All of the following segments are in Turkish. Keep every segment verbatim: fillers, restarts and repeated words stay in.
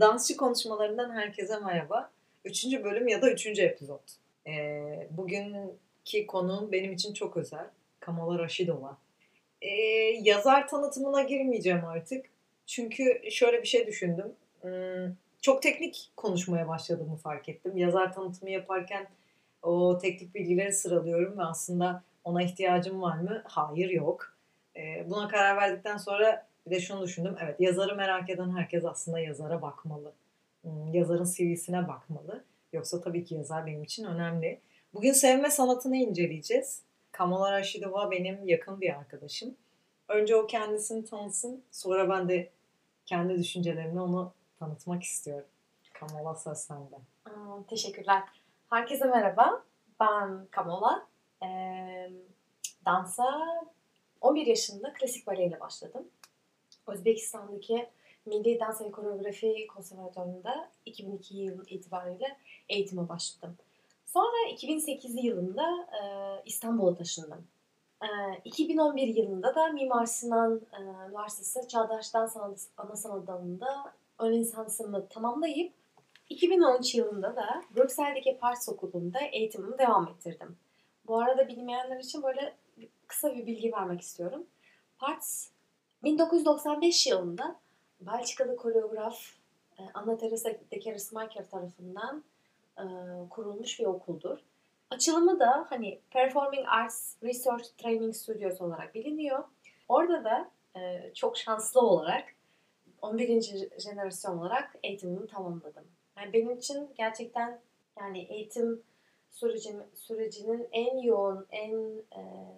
Dansçı konuşmalarından herkese merhaba. Üçüncü bölüm ya da üçüncü epizod. Ee, bugünkü konuğum benim için çok özel. Kamala Raşidova. Ee, yazar tanıtımına girmeyeceğim artık. Çünkü şöyle bir şey düşündüm. Hmm, çok teknik konuşmaya başladığımı fark ettim. Yazar tanıtımı yaparken o teknik bilgileri sıralıyorum ve aslında ona ihtiyacım var mı? Hayır, yok. Ee, buna karar verdikten sonra bir de şunu düşündüm. Evet, yazarı merak eden herkes aslında yazara bakmalı. Hmm, yazarın C V'sine bakmalı. Yoksa tabii ki yazar benim için önemli. Bugün sevme sanatını inceleyeceğiz. Kamala Raşidova benim yakın bir arkadaşım. Önce o kendisini tanısın, sonra ben de kendi düşüncelerimle onu tanıtmak istiyorum. Kamala, söz sende. Aa, teşekkürler. Herkese merhaba. Ben Kamala. Ee, dansa on bir yaşında klasik baleyle başladım. Özbekistan'daki Milli Dans ve Koreografi Konservatuvarı'nda iki bin iki yılı itibariyle eğitime başladım. Sonra iki bin sekiz yılında e, İstanbul'a taşındım. E, iki bin on bir yılında da Mimar Sinan e, Üniversitesi Çağdaş Dans Ana Sanat Dalı'nda ön lisansımı tamamlayıp iki bin on üç yılında da Brüksel'deki Pars Okulu'nda eğitimimi devam ettirdim. Bu arada bilmeyenler için böyle kısa bir bilgi vermek istiyorum. Pars bin dokuz yüz doksan beş yılında Belçikalı koreograf Anna Teresa de Kerismaker tarafından e, kurulmuş bir okuldur. Açılımı da hani Performing Arts Research Training Studios olarak biliniyor. Orada da e, çok şanslı olarak on birinci jenerasyon olarak eğitimimi tamamladım. Yani benim için gerçekten yani eğitim sürecim, sürecinin en yoğun, en e,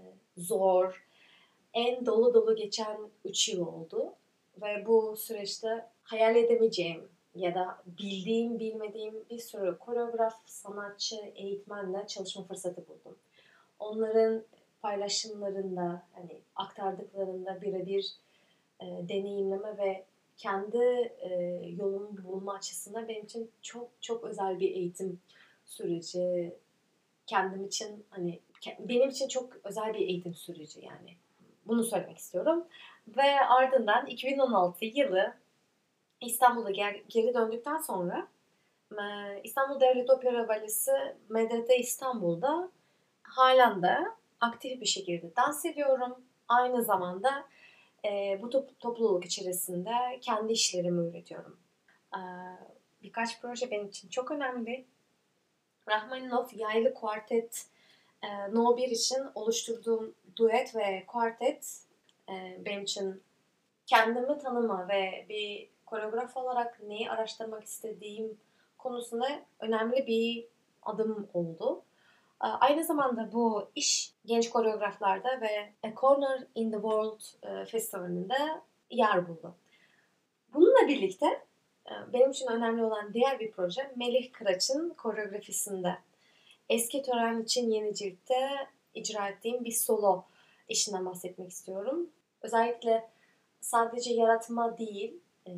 zor, en dolu dolu geçen üç yıl oldu. Ve bu süreçte hayal edemeyeceğim ya da bildiğim, bilmediğim bir sürü koreograf, sanatçı, eğitmenle çalışma fırsatı buldum. Onların paylaşımlarında, hani aktardıklarında birebir e, deneyimleme ve kendi e, yolumu bulma açısından benim için çok çok özel bir eğitim süreci. Kendim için hani benim için çok özel bir eğitim süreci yani. Bunu söylemek istiyorum. Ve ardından iki bin on altı yılı İstanbul'a geri döndükten sonra İstanbul Devlet Opera Balesi M D T İstanbul'da halen de aktif bir şekilde dans ediyorum. Aynı zamanda e, bu top, topluluk içerisinde kendi işlerimi üretiyorum. E, birkaç proje benim için çok önemli. Rahmaninov Yaylı Kuartet e, No bir için oluşturduğum duet ve kuartet e, benim için kendimi tanıma ve bir koreograf olarak neyi araştırmak istediğim konusunda önemli bir adım oldu. Aynı zamanda bu iş genç koreograflarda ve A Corner in the World Festivali'nde yer buldu. Bununla birlikte benim için önemli olan diğer bir proje Melih Kıraç'ın koreografisinde. Eski tören için yeni ciltte icra ettiğim bir solo işinden bahsetmek istiyorum. Özellikle sadece yaratma değil,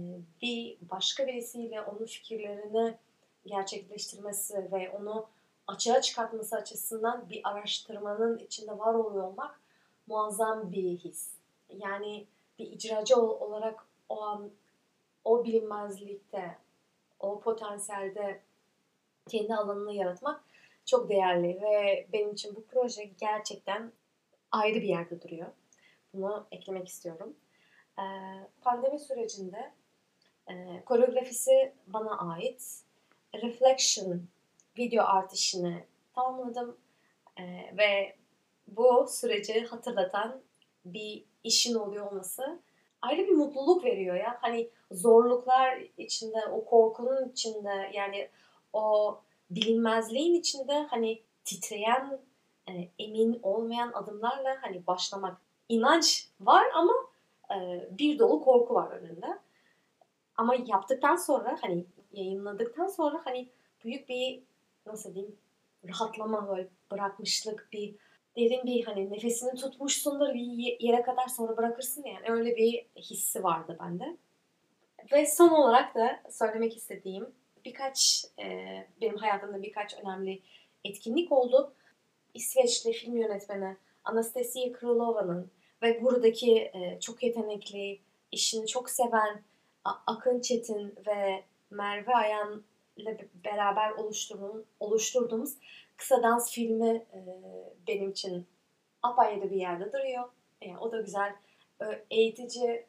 bir başka birisiyle onun fikirlerini gerçekleştirmesi ve onu açığa çıkartması açısından bir araştırmanın içinde var oluyor olmak muazzam bir his. Yani bir icracı olarak o an o bilinmezlikte, o potansiyelde kendi alanını yaratmak çok değerli ve benim için bu proje gerçekten ayrı bir yerde duruyor. Bunu eklemek istiyorum. Ee, pandemi sürecinde e, koreografisi bana ait. Reflection video art işini tamamladım ee, ve bu süreci hatırlatan bir işin oluyor olması ayrı bir mutluluk veriyor ya. Hani zorluklar içinde, o korkunun içinde, yani o bilinmezliğin içinde hani titreyen, e, emin olmayan adımlarla hani başlamak. İnanç var ama e, bir dolu korku var önünde. Ama yaptıktan sonra hani yayınladıktan sonra hani büyük bir nasıl diyeyim rahatlama, böyle bırakmışlık, bir derin bir hani nefesini tutmuşsundur bir yere kadar sonra bırakırsın yani öyle bir hissi vardı bende. Ve son olarak da söylemek istediğim birkaç e, benim hayatımda birkaç önemli etkinlik oldu. İsveçli film yönetmeni Anastasia Krylova'nın ve buradaki e, çok yetenekli, işini çok seven Akın Çetin ve Merve Ayan'la beraber oluşturduğum, oluşturduğumuz kısa dans filmi e, benim için apayrı bir yerde duruyor. Yani o da güzel, eğitici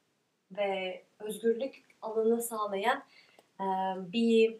ve özgürlük alanı sağlayan e, bir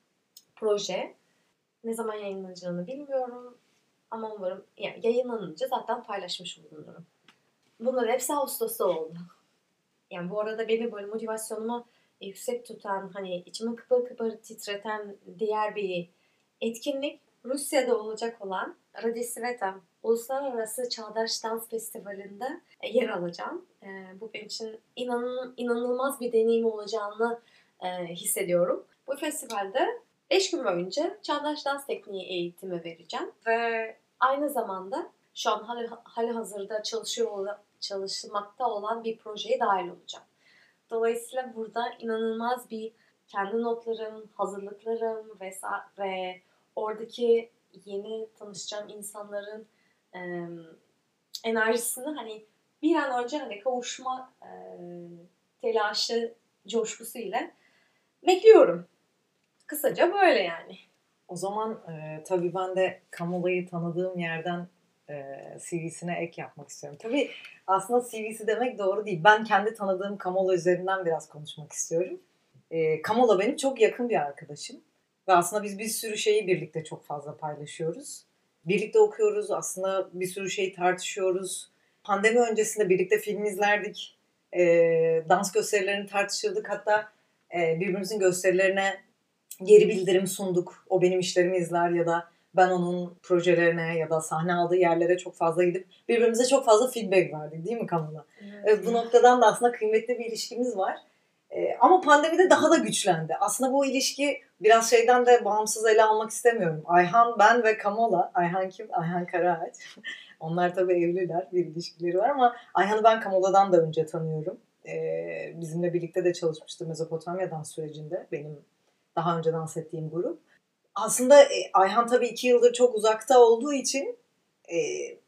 proje. Ne zaman yayınlanacağını bilmiyorum ama umarım yani yayınlanınca zaten paylaşmış bulunurum. Bunların hepsi Ağustos'ta oldu. Yani bu arada beni böyle motivasyonumu yüksek tutan, hani içimi kıpır kıpır titreten diğer bir etkinlik Rusya'da olacak olan Radisveta Uluslararası Çağdaş Dans Festivali'nde yer alacağım. Bu benim için inan, inanılmaz bir deneyim olacağını hissediyorum. Bu festivalde beş gün boyunca çağdaş dans tekniği eğitimi vereceğim ve aynı zamanda şu an hali, hali hazırda çalışıyor çalışmakta olan bir projeye dahil olacağım. Dolayısıyla burada inanılmaz bir kendi notlarım, hazırlıklarım ve, ve oradaki yeni tanışacağım insanların e, enerjisini hani bir an önce hani kavuşma e, telaşı, coşkusu ile bekliyorum. Kısaca böyle yani. O zaman e, tabii ben de Kamola'yı tanıdığım yerden e, C V'sine ek yapmak istiyorum. Tabii aslında C V'si demek doğru değil. Ben kendi tanıdığım Kamola üzerinden biraz konuşmak istiyorum. E, Kamola benim çok yakın bir arkadaşım. Ve aslında biz bir sürü şeyi birlikte çok fazla paylaşıyoruz. Birlikte okuyoruz, aslında bir sürü şeyi tartışıyoruz. Pandemi öncesinde birlikte film izlerdik. E, dans gösterilerini tartışırdık. Hatta e, birbirimizin gösterilerine geri bildirim sunduk. O benim işlerimi izler ya da ben onun projelerine ya da sahne aldığı yerlere çok fazla gidip birbirimize çok fazla feedback verdik, değil mi Kamala? Evet. Bu noktadan da aslında kıymetli bir ilişkimiz var. Ee, ama pandemide daha da güçlendi. Aslında bu ilişki biraz şeyden de bağımsız ele almak istemiyorum. Ayhan, ben ve Kamala. Ayhan kim? Ayhan Karaağaç. Onlar tabii evliler, bir ilişkileri var ama Ayhan'ı ben Kamala'dan da önce tanıyorum. Ee, bizimle birlikte de çalışmıştı Mezopotamya dans sürecinde. Benim daha önce dans ettiğim grup. Aslında e, Ayhan tabii iki yıldır çok uzakta olduğu için e,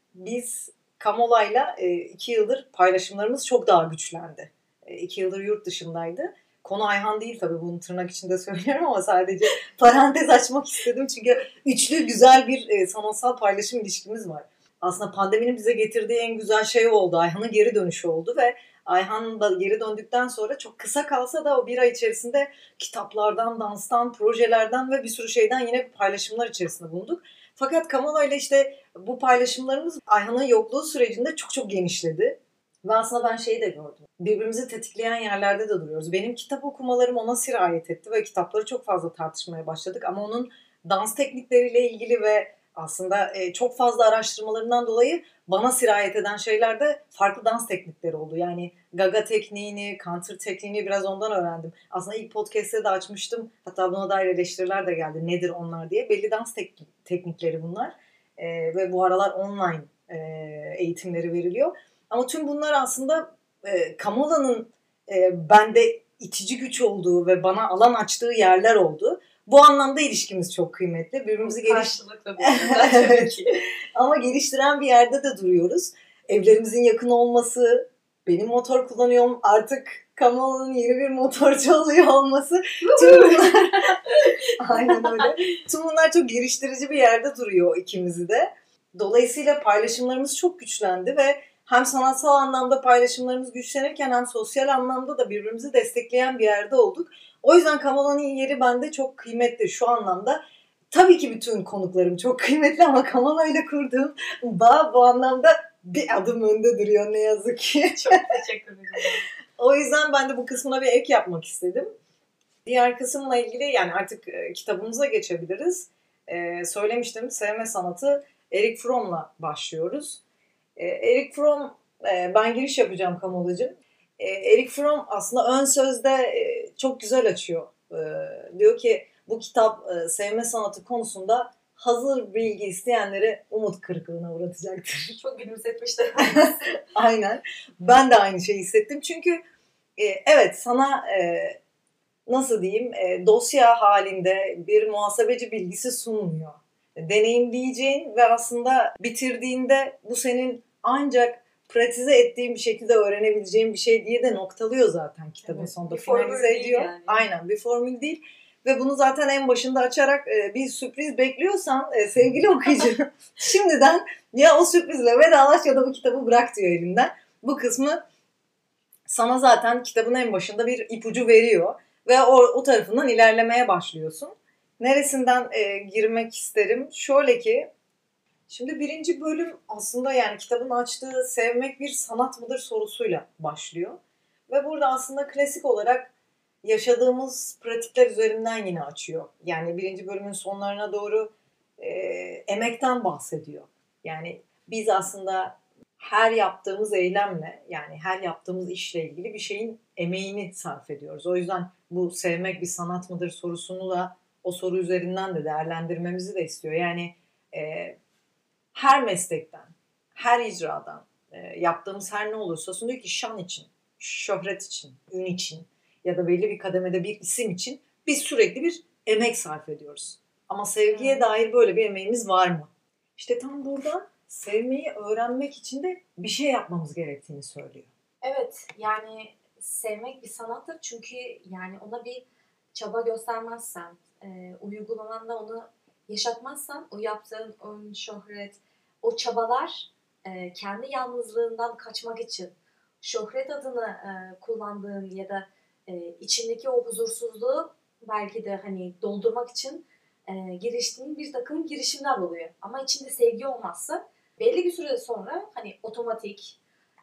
biz Kamola'yla e, iki yıldır paylaşımlarımız çok daha güçlendi. E, iki yıldır yurt dışındaydı. Konu Ayhan değil tabii, bunu tırnak içinde söylüyorum ama sadece parantez açmak istedim. Çünkü üçlü güzel bir e, sanatsal paylaşım ilişkimiz var. Aslında pandeminin bize getirdiği en güzel şey oldu. Ayhan'ın geri dönüşü oldu ve Ayhan da geri döndükten sonra çok kısa kalsa da o bir ay içerisinde kitaplardan, danstan, projelerden ve bir sürü şeyden yine paylaşımlar içerisinde bulunduk. Fakat Kamala ile işte bu paylaşımlarımız Ayhan'ın yokluğu sürecinde çok çok genişledi. Ve aslında ben şeyi de gördüm. Birbirimizi tetikleyen yerlerde de duruyoruz. Benim kitap okumalarım ona sirayet etti ve kitapları çok fazla tartışmaya başladık. Ama onun dans teknikleriyle ilgili ve aslında çok fazla araştırmalarından dolayı bana sirayet eden şeyler de farklı dans teknikleri oldu. Yani gaga tekniğini, counter tekniğini biraz ondan öğrendim. Aslında ilk podcast'te de açmıştım. Hatta buna dair eleştiriler de geldi. Nedir onlar diye. Belli dans tek- teknikleri bunlar. Ee, ve bu aralar online e, eğitimleri veriliyor. Ama tüm bunlar aslında e, Kamola'nın e, bende itici güç olduğu ve bana alan açtığı yerler oldu. Bu anlamda ilişkimiz çok kıymetli. Birbirimizi geliş... evet. Ama geliştiren bir yerde de duruyoruz. Evlerimizin yakın olması, benim motor kullanıyorum, artık Kamala'nın yeni bir motorcu oluyor olması. Tüm bunlar... Aynen öyle. Tüm bunlar çok geliştirici bir yerde duruyor ikimizi de. Dolayısıyla paylaşımlarımız çok güçlendi ve hem sanatsal anlamda paylaşımlarımız güçlenirken hem sosyal anlamda da birbirimizi destekleyen bir yerde olduk. O yüzden Kamala'nın yeri bende çok kıymetli şu anlamda. Tabii ki bütün konuklarım çok kıymetli ama Kamala ile kurduğum bağ bu anlamda bir adım önde duruyor ne yazık ki. Çok teşekkür ederim. O yüzden ben de bu kısmına bir ek yapmak istedim. Diğer kısımla ilgili yani artık e, kitabımıza geçebiliriz. E, söylemiştim, Sevme Sanatı Erich Fromm'la başlıyoruz. E, Erich Fromm, e, ben giriş yapacağım Kamala'cığım. E, Erich Fromm aslında ön sözde e, çok güzel açıyor. E, diyor ki bu kitap e, sevme sanatı konusunda hazır bilgi isteyenleri umut kırıklığına uğratacaktır. Çok gülümsetmişti. Aynen. Ben de aynı şeyi hissettim. Çünkü e, evet sana e, nasıl diyeyim e, dosya halinde bir muhasebeci bilgisi sunmuyor. Deneyimleyeceğin ve aslında bitirdiğinde bu senin ancak pratize ettiğim bir şekilde öğrenebileceğim bir şey diye de noktalıyor zaten kitabın Evet, sonunda. bir formül Finalize değil ediyor. yani. Aynen, bir formül değil. Ve bunu zaten en başında açarak e, bir sürpriz bekliyorsan e, sevgili okuyucu şimdiden ya o sürprizle vedalaş ya da bu kitabı bırak diyor elinden. Bu kısmı sana zaten kitabın en başında bir ipucu veriyor. Ve o, o tarafından ilerlemeye başlıyorsun. Neresinden e, girmek isterim? Şöyle ki, şimdi birinci bölüm aslında yani kitabın açtığı sevmek bir sanat mıdır sorusuyla başlıyor. Ve burada aslında klasik olarak yaşadığımız pratikler üzerinden yine açıyor. Yani birinci bölümün sonlarına doğru e, emekten bahsediyor. Yani biz aslında her yaptığımız eylemle, yani her yaptığımız işle ilgili bir şeyin emeğini sarf ediyoruz. O yüzden bu sevmek bir sanat mıdır sorusunu da o soru üzerinden de değerlendirmemizi de istiyor. Yani e, her meslekten, her icradan, e, yaptığımız her ne olursa olsun diyor ki şan için, şöhret için, ün için ya da belli bir kademede bir isim için biz sürekli bir emek sarf ediyoruz. Ama sevgiye Evet. dair böyle bir emeğimiz var mı? İşte tam burada sevmeyi öğrenmek için de bir şey yapmamız gerektiğini söylüyor. Evet, yani sevmek bir sanattır çünkü yani ona bir çaba göstermezsen, e, uygulamanda onu yaşatmazsan o yaptığın ön, şöhret, o çabalar e, kendi yalnızlığından kaçmak için şöhret adını e, kullandığın ya da e, içindeki o huzursuzluğu belki de hani doldurmak için e, giriştiğin bir takım girişimler oluyor. Ama içinde sevgi olmazsa belli bir süre sonra hani otomatik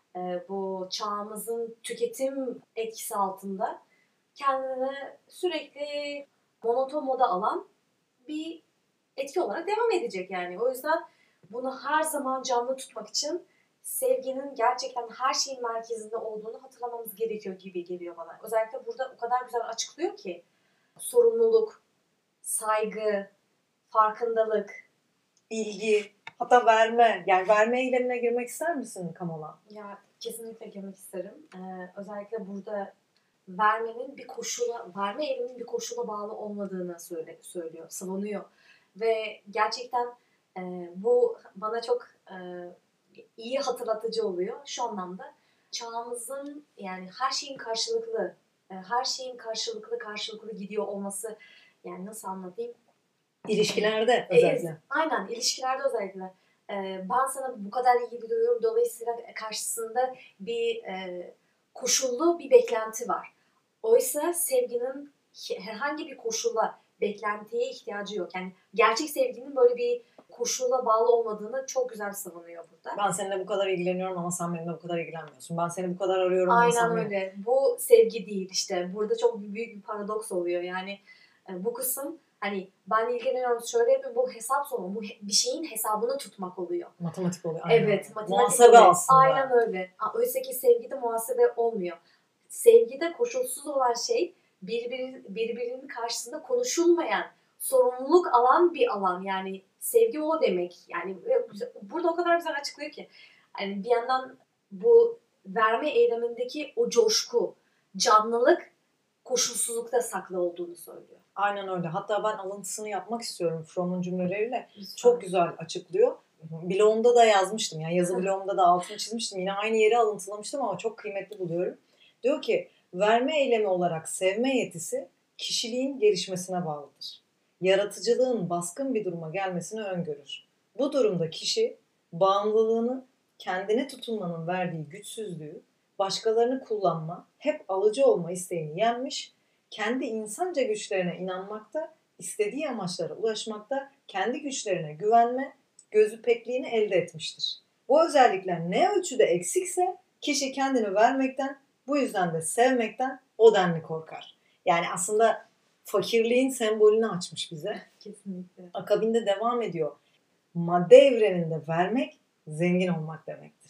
bu çağımızın tüketim etkisi altında kendini sürekli monoton moda alan bir etki olarak devam edecek yani. O yüzden bunu her zaman canlı tutmak için sevginin gerçekten her şeyin merkezinde olduğunu hatırlamamız gerekiyor gibi geliyor bana. Özellikle burada o kadar güzel açıklıyor ki sorumluluk, saygı, farkındalık, İlgi, hatta verme. Yani verme eylemine girmek ister misin Kamola? ya kesinlikle girmek isterim. Ee, özellikle burada vermenin bir koşula, verme eyleminin bir koşula bağlı olmadığını söyle, söylüyor, savunuyor. Ve gerçekten e, bu bana çok e, iyi hatırlatıcı oluyor şu anlamda. Çağımızın yani her şeyin karşılıklı, e, her şeyin karşılıklı karşılıklı gidiyor olması, yani nasıl anlatayım? İlişkilerde özellikle. E, aynen, ilişkilerde özellikle. E, ben sana bu kadar iyi biliyorum. Dolayısıyla karşısında bir e, koşullu bir beklenti var. Oysa sevginin herhangi bir koşulla, beklentiye ihtiyacı yok. Yani gerçek sevginin böyle bir koşulla bağlı olmadığını çok güzel savunuyor burada. Ben seninle bu kadar ilgileniyorum ama sen benimle bu kadar ilgilenmiyorsun. Ben seni bu kadar arıyorum ama sen Aynen beni... öyle. Bu sevgi değil işte. Burada çok büyük bir paradoks oluyor. Yani bu kısım hani ben ilgileniyorum şöyle yapayım, bu hesap sonu, bu bir şeyin hesabını tutmak oluyor. Matematik oluyor. Aynen. Evet, matematik muhasebe oluyor. aslında. Aynen öyle. Oysa ki sevgide muhasebe olmuyor. Sevgide koşulsuz olan şey birbiri, birbirinin karşısında konuşulmayan, sorumluluk alan bir alan. Yani sevgi o demek. Yani burada o kadar güzel açıklıyor ki. Yani bir yandan bu verme eylemindeki o coşku, canlılık koşulsuzlukta saklı olduğunu söylüyor. Aynen öyle. Hatta ben alıntısını yapmak istiyorum Fromm'un cümleleriyle. Lütfen. Çok güzel açıklıyor. Blogumda da yazmıştım. Yani yazı blogumda da altını çizmiştim. Yine aynı yeri alıntılamıştım ama çok kıymetli buluyorum. Diyor ki verme eylemi olarak sevme yetisi kişiliğin gelişmesine bağlıdır. Yaratıcılığın baskın bir duruma gelmesini öngörür. Bu durumda kişi bağımlılığını, kendine tutunmanın verdiği güçsüzlüğü, başkalarını kullanma, hep alıcı olma isteğini yenmiş, kendi insanca güçlerine inanmakta, istediği amaçlara ulaşmakta, kendi güçlerine güvenme, gözü pekliğini elde etmiştir. Bu özellikler ne ölçüde eksikse kişi kendini vermekten, bu yüzden de sevmekten o denli korkar. Yani aslında fakirliğin sembolünü açmış bize. Kesinlikle. Akabinde devam ediyor. Madde evreninde vermek zengin olmak demektir.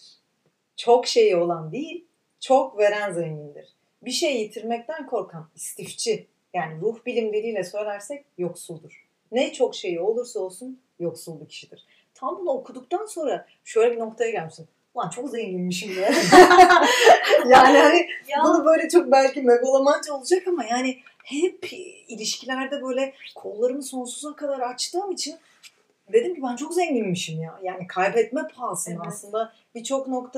Çok şeyi olan değil, çok veren zengindir. Bir şey yitirmekten korkan istifçi, yani ruh bilimleriyle söylersek yoksuldur. Ne çok şeyi olursa olsun yoksul bir kişidir. Tam bunu okuduktan sonra şöyle bir noktaya gelmiştim. Ulan çok zenginmişim ya. yani hani Ya. bunu böyle çok belki megalomanca olacak ama yani hep ilişkilerde böyle kollarımı sonsuza kadar açtığım için dedim ki ben çok zenginmişim ya. Yani kaybetme pahasına evet. aslında birçok noktada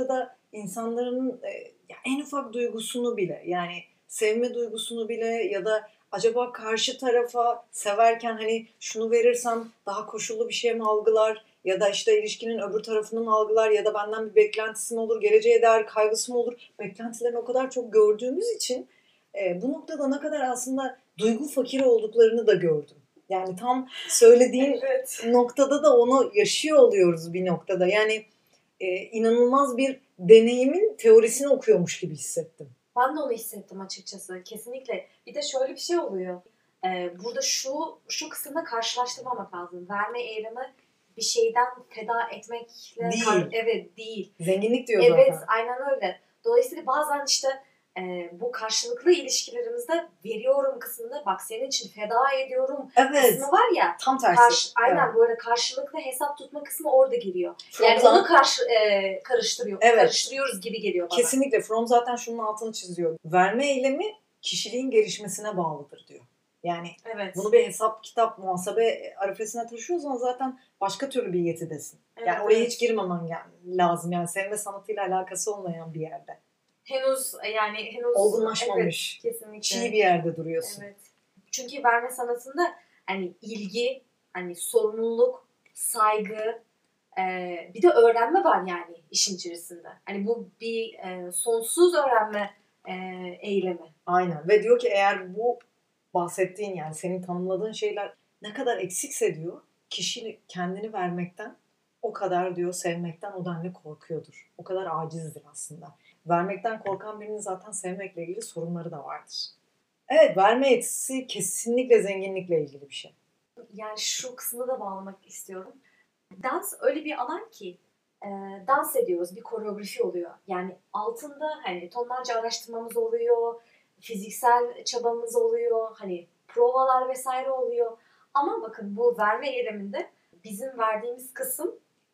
insanların e, ya en ufak duygusunu bile, yani sevme duygusunu bile ya da acaba karşı tarafa severken hani şunu verirsem daha koşullu bir şey mi algılar ya da işte ilişkinin öbür tarafının algılar ya da benden bir beklentisi mi olur, geleceğe dair kaygısı mı olur? Beklentilerini o kadar çok gördüğümüz için e, bu noktada ne kadar aslında duygu fakiri olduklarını da gördüm. Yani tam söylediğin Evet. noktada da onu yaşıyor oluyoruz bir noktada. Yani e, inanılmaz bir deneyimin teorisini okuyormuş gibi hissettim. Ben de onu hissettim açıkçası. Kesinlikle. Bir de şöyle bir şey oluyor. Ee, burada şu şu kısımda karşılaştırmamak lazım. Verme eylemi bir şeyden feda etmekle Değil. Kar- evet değil. Zenginlik diyor Evet, zaten. aynen öyle. Dolayısıyla bazen işte e, bu karşılıklı ilişkilerimizde veriyorum kısmında bak senin için feda ediyorum Evet. kısmı var ya. Tam tersi. Karşı, aynen evet. böyle karşılıklı hesap tutma kısmı orada giriyor. From yani zaten, onu karşı, e, karıştırıyor, evet. karıştırıyoruz gibi geliyor bana. Kesinlikle. From zaten şunun altını çiziyor. Verme eylemi kişiliğin gelişmesine bağlıdır diyor. Yani evet. bunu bir hesap, kitap, muhasebe arifesine taşıyorsan zaten başka türlü bir yetidesin. Evet, yani oraya evet. hiç girmemen lazım. Yani sevme sanatıyla alakası olmayan bir yerde. Henüz yani henüz olgunlaşmamış. Evet, kesinlikle. Çiğ bir yerde duruyorsun. Evet. Çünkü verme sanatında hani ilgi, hani sorumluluk, saygı, e, bir de öğrenme var yani işin içerisinde. Hani bu bir e, sonsuz öğrenme e, eylemi. Aynen. Ve diyor ki eğer bu bahsettiğin yani senin tanımladığın şeyler ne kadar eksikse diyor, kişi kendini vermekten o kadar diyor sevmekten o denli korkuyordur. O kadar acizdir aslında. Vermekten korkan birinin zaten sevmekle ilgili sorunları da vardır. Evet, verme yetisi kesinlikle zenginlikle ilgili bir şey. Yani şu kısmı da bağlamak istiyorum. Dans öyle bir alan ki e, dans ediyoruz, bir koreografi oluyor. Yani altında hani tonlarca araştırmamız oluyor, fiziksel çabamız oluyor, hani provalar vesaire oluyor. Ama bakın bu verme eyleminde bizim verdiğimiz kısım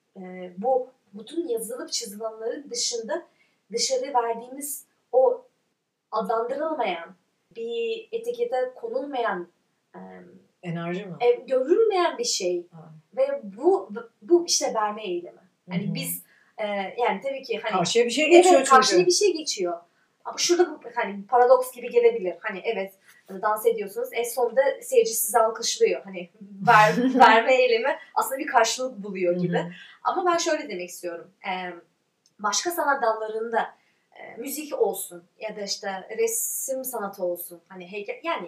e, bu bütün yazılıp çizilenlerin dışında dışarı verdiğimiz o adlandırılmayan, bir etikete konulmayan, e, enerji mi? E, görünmeyen bir şey. Ha. Ve bu bu işte verme eylemi. Hani Hı-hı. biz e, yani tabii ki hani karşıya bir şey geçiyor evet, çünkü. karşıya bir şey geçiyor. Ama şurada hani paradoks gibi gelebilir. Hani evet dans ediyorsunuz. En sonunda seyirci sizi alkışlıyor. Hani ver, verme eylemi aslında bir karşılık buluyor gibi. Hı-hı. Ama ben şöyle demek istiyorum. E, başka sanat dallarında e, müzik olsun ya da işte resim sanatı olsun. Hani heykel yani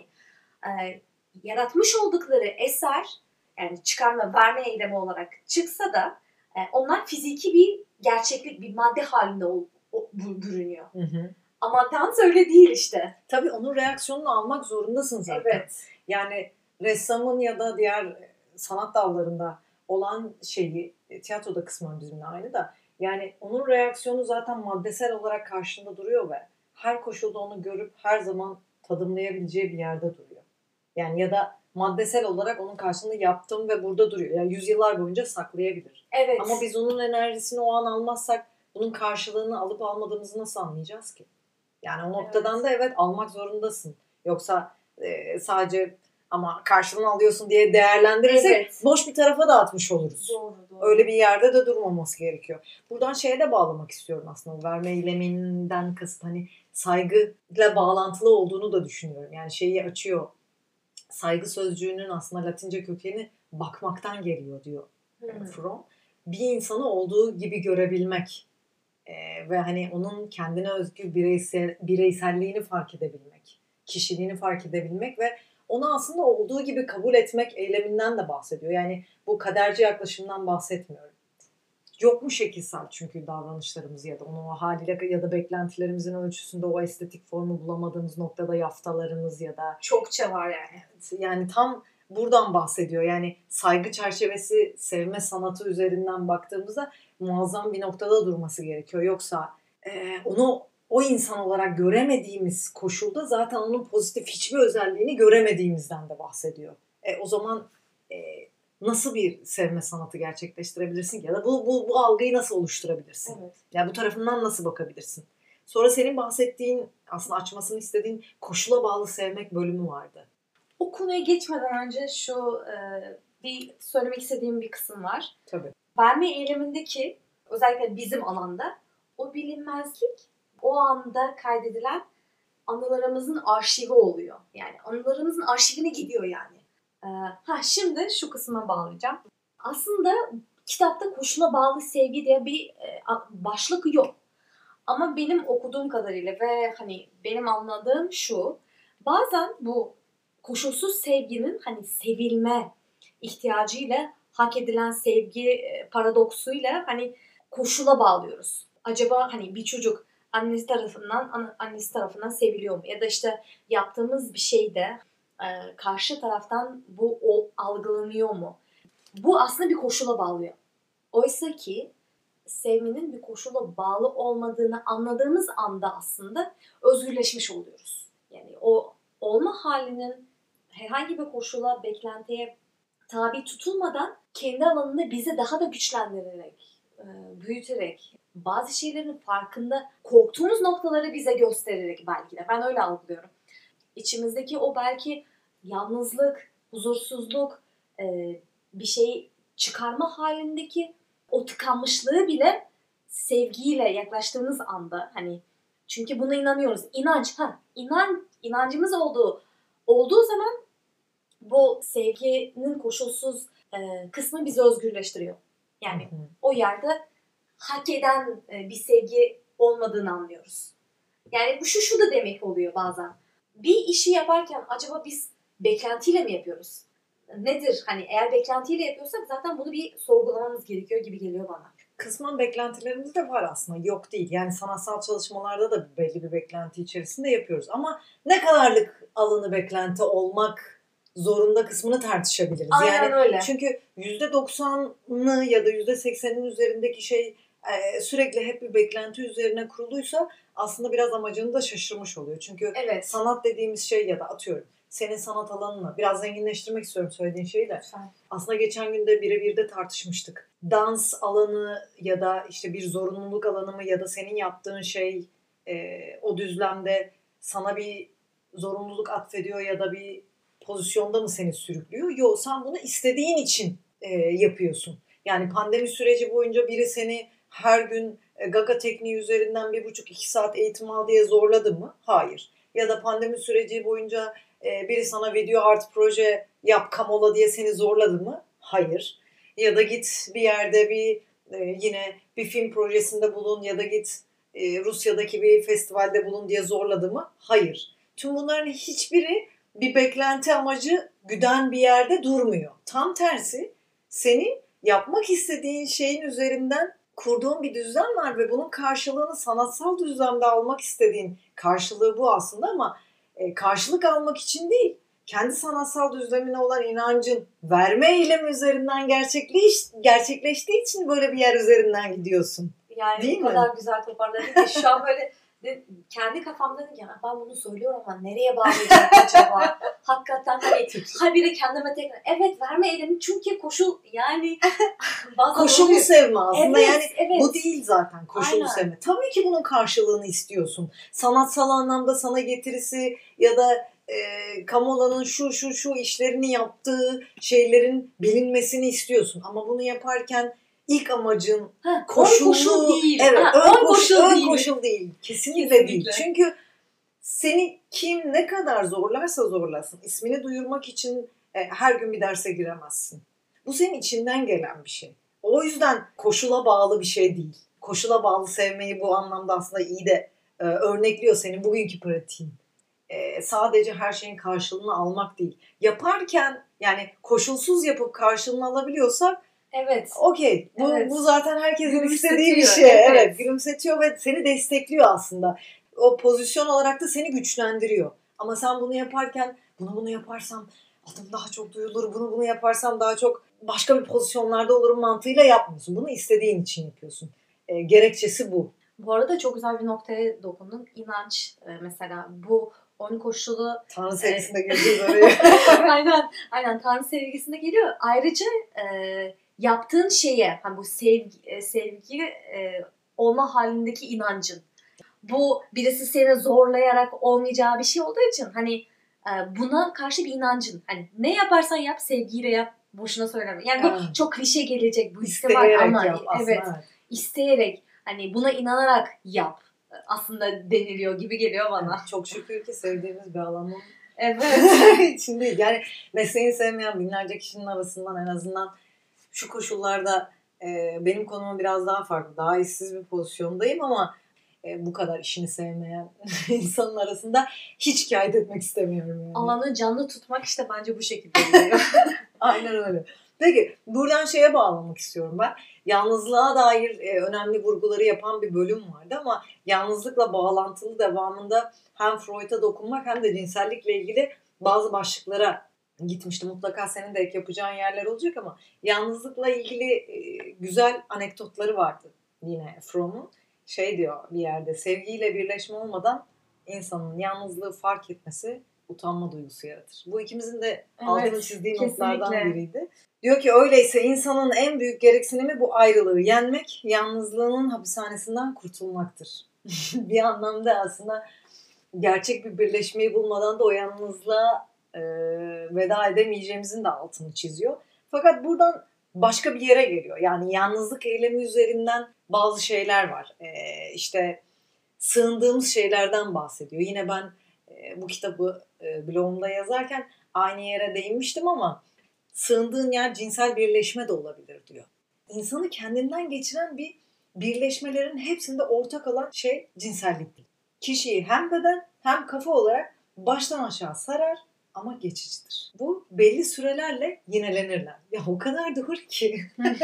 e, yaratmış oldukları eser yani çıkarma, verme eylemi olarak çıksa da e, onlar fiziki bir gerçeklik, bir madde halinde o, o, bürünüyor. Hı hı. Ama dans öyle değil işte. Tabii onun reaksiyonunu almak zorundasın zaten. Evet. Yani ressamın ya da diğer sanat dallarında olan şeyi, tiyatroda kısmen bizimle aynı da, yani onun reaksiyonu zaten maddesel olarak karşında duruyor ve her koşulda onu görüp her zaman tadımlayabileceği bir yerde duruyor. Yani ya da maddesel olarak onun karşılığını yaptım ve burada duruyor. Yani yüzyıllar boyunca saklayabilir. Evet. Ama biz onun enerjisini o an almazsak bunun karşılığını alıp almadığımızı nasıl anlayacağız ki? Yani o noktadan evet. da evet almak zorundasın. Yoksa e, sadece ama karşılığını alıyorsun diye değerlendirirsek evet. boş bir tarafa dağıtmış oluruz. Doğru, doğru. Öyle bir yerde de durmaması gerekiyor. Buradan şeye de bağlamak istiyorum aslında. Verme eyleminden kasıt hani saygıyla bağlantılı olduğunu da düşünüyorum. Yani şeyi açıyor. Saygı sözcüğünün aslında Latince kökeni bakmaktan geliyor diyor hmm. Fromm. Bir insanı olduğu gibi görebilmek. Ee, ve hani onun kendine özgü bireysel, bireyselliğini fark edebilmek, kişiliğini fark edebilmek ve onu aslında olduğu gibi kabul etmek eyleminden de bahsediyor. Yani bu kaderci yaklaşımdan bahsetmiyorum. Yok mu şekilsel çünkü davranışlarımız ya da onu o haliyle ya da beklentilerimizin ölçüsünde o estetik formu bulamadığımız noktada yaftalarımız ya da... Çokça var yani. Yani tam buradan bahsediyor. Yani saygı çerçevesi sevme sanatı üzerinden baktığımızda muazzam bir noktada durması gerekiyor. Yoksa e, onu o insan olarak göremediğimiz koşulda zaten onun pozitif hiçbir özelliğini göremediğimizden de bahsediyor. E, o zaman e, nasıl bir sevme sanatı gerçekleştirebilirsin ki? Ya da bu, bu, bu algıyı nasıl oluşturabilirsin? Evet. Yani bu tarafından nasıl bakabilirsin? Sonra senin bahsettiğin, aslında açmasını istediğin koşula bağlı sevmek bölümü vardı. O konuya geçmeden önce şu e, bir söylemek istediğim bir kısım var. Tabii. Verme eylemindeki özellikle bizim alanda o bilinmezlik o anda kaydedilen anılarımızın arşivi oluyor. Yani anılarımızın arşivine gidiyor yani. Ee, ha şimdi şu kısma bağlayacağım. Aslında kitapta koşula bağlı sevgi diye bir e, başlık yok. Ama benim okuduğum kadarıyla ve hani benim anladığım şu. Bazen bu koşulsuz sevginin hani sevilme ihtiyacıyla hak edilen sevgi e, paradoksuyla hani koşula bağlıyoruz. Acaba hani bir çocuk annesi tarafından annesi tarafından seviliyor mu? Ya da işte yaptığımız bir şeyde e, karşı taraftan bu o, algılanıyor mu? Bu aslında bir koşula bağlıyor. Oysa ki sevmenin bir koşula bağlı olmadığını anladığımız anda aslında özgürleşmiş oluyoruz. Yani o olma halinin herhangi bir koşula, beklentiye tabi tutulmadan kendi alanını bize daha da güçlendirerek, büyüterek, bazı şeylerin farkında korktuğumuz noktaları bize göstererek belki de. Ben öyle algılıyorum. İçimizdeki o belki yalnızlık, huzursuzluk, bir şey çıkarma halindeki o tıkanmışlığı bile sevgiyle yaklaştığımız anda hani çünkü buna inanıyoruz. İnanç, ha, inan, inancımız olduğu olduğu zaman bu sevginin koşulsuz e, kısmı bizi özgürleştiriyor. Yani hı hı. O yerde hak eden e, bir sevgi olmadığını anlıyoruz. Yani bu şu şu da demek oluyor bazen. Bir işi yaparken acaba biz beklentiyle mi yapıyoruz? Nedir? Hani eğer beklentiyle yapıyorsak zaten bunu bir sorgulamamız gerekiyor gibi geliyor bana. Kısmen beklentilerimiz de var aslında. Yok değil. Yani sanatsal çalışmalarda da belli bir beklenti içerisinde yapıyoruz. Ama ne kadarlık alanı beklenti olmak zorunda kısmını tartışabiliriz. Aynen yani öyle. Çünkü yüzde doksanı ya da yüzde seksenin üzerindeki şey e, sürekli hep bir beklenti üzerine kuruluysa aslında biraz amacını da şaşırmış oluyor. Çünkü evet. Sanat dediğimiz şey ya da atıyorum senin sanat alanını biraz zenginleştirmek istiyorum söylediğin şeyi de. Lütfen. Aslında geçen gün de birebir de tartışmıştık. Dans alanı ya da işte bir zorunluluk alanı mı ya da senin yaptığın şey e, o düzlemde sana bir zorunluluk atfediyor ya da bir pozisyonda mı seni sürüklüyor? Yok, sen bunu istediğin için e, yapıyorsun. Yani pandemi süreci boyunca biri seni her gün e, Gaga tekniği üzerinden bir buçuk iki saat eğitim al diye zorladı mı? Hayır. Ya da pandemi süreci boyunca e, biri sana video art proje yap kamola diye seni zorladı mı? Hayır. Ya da git bir yerde bir e, yine bir film projesinde bulun ya da git e, Rusya'daki bir festivalde bulun diye zorladı mı? Hayır. Tüm bunların hiçbiri bir beklenti amacı güden bir yerde durmuyor. Tam tersi senin yapmak istediğin şeyin üzerinden kurduğun bir düzen var ve bunun karşılığını sanatsal düzlemde almak istediğin karşılığı bu aslında ama e, karşılık almak için değil. Kendi sanatsal düzlemine olan inancın verme eylemi üzerinden gerçekleş, gerçekleştiği için böyle bir yer üzerinden gidiyorsun. Yani değil o mi? kadar güzel toparladın ki şu an böyle de, kendi kafamda dedim ki ben bunu söylüyorum ama nereye bağlayacağım acaba? Hakikaten hani habire kendime tekrar evet verme eylemi çünkü koşul yani koşulu oluyor. Sevme aslında evet, yani evet. Bu değil zaten koşulu Aynen. sevme. Tabii ki bunun karşılığını istiyorsun. Sanatsal anlamda sana getirisi ya da e, Kamola'nın şu şu şu işlerini yaptığı şeylerin bilinmesini istiyorsun. Ama bunu yaparken İlk amacın ha, koşullu koşul değil. Evet, ha, ön, ön koşul, koşul, ön değil. koşul değil. Kesinlikle, Kesinlikle değil. Çünkü seni kim ne kadar zorlarsa zorlasın, ismini duyurmak için e, her gün bir derse giremezsin. Bu senin içinden gelen bir şey. O yüzden koşula bağlı bir şey değil. Koşula bağlı sevmeyi bu anlamda aslında iyi de e, örnekliyor senin bugünkü pratiğin. E, sadece her şeyin karşılığını almak değil. Yaparken yani koşulsuz yapıp karşılığını alabiliyorsak evet. Okey. Bu, evet. bu zaten herkesin istediği bir şey. Evet. evet. Gülümsetiyor ve seni destekliyor aslında. O pozisyon olarak da seni güçlendiriyor. Ama sen bunu yaparken bunu bunu yaparsam adım daha çok duyulur. Bunu bunu yaparsam daha çok başka bir pozisyonlarda olurum mantığıyla yapmıyorsun. Bunu istediğin için yapıyorsun. E, gerekçesi bu. Bu arada çok güzel bir noktaya dokundun. İnanç mesela bu onun koşulu Tanrı sevgisinde e, gireceğiz oraya. aynen, aynen Tanrı sevgisinde geliyor. Ayrıca e, yaptığın şeye, hani bu sevgi, sevgi e, olma halindeki inancın. Bu birisi seni zorlayarak olmayacağı bir şey olduğu için hani e, buna karşı bir inancın. Hani ne yaparsan yap sevgiyle yap. Boşuna söyleme. Yani bu evet. çok klişe gelecek bu ihtimal ama yap, evet, isteyerek. Hani buna inanarak yap aslında deniliyor gibi geliyor bana. Evet, çok şükür ki sevdiğimiz bir alanın Evet. içindeyiz. Yani mesleğini sevmeyen binlerce kişinin arasından en azından şu koşullarda e, benim konumum biraz daha farklı. Daha işsiz bir pozisyondayım ama e, bu kadar işini sevmeyen insanın arasında hiç şikayet etmek istemiyorum. Yani. Alanı canlı tutmak işte bence bu şekilde oluyor. Aynen öyle. Peki buradan şeye bağlamak istiyorum ben. Yalnızlığa dair e, önemli vurguları yapan bir bölüm vardı ama yalnızlıkla bağlantılı devamında hem Freud'a dokunmak hem de cinsellikle ilgili bazı başlıklara gitmişti. Mutlaka senin de ek yapacağın yerler olacak ama yalnızlıkla ilgili e, güzel anekdotları vardı yine Fromm'un. Şey diyor bir yerde, sevgiyle birleşme olmadan insanın yalnızlığı fark etmesi utanma duygusu yaratır. Bu ikimizin de Evet, altını çizdiği kesinlikle. notlardan biriydi. Diyor ki öyleyse insanın en büyük gereksinimi bu ayrılığı yenmek, yalnızlığının hapishanesinden kurtulmaktır. Bir anlamda aslında gerçek bir birleşmeyi bulmadan da o yalnızlığa e, veda edemeyeceğimizin de altını çiziyor. Fakat buradan başka bir yere geliyor. Yani yalnızlık eylemi üzerinden bazı şeyler var. E, işte sığındığımız şeylerden bahsediyor. Yine ben e, bu kitabı e, blogumda yazarken aynı yere değinmiştim ama sığındığın yer cinsel birleşme de olabilir diyor. İnsanı kendinden geçiren bir birleşmelerin hepsinde ortak olan şey cinsellik. Kişiyi hem beden hem kafa olarak baştan aşağı sarar ama geçicidir. Bu belli sürelerle yinelenirler. Ya o kadar doğru ki.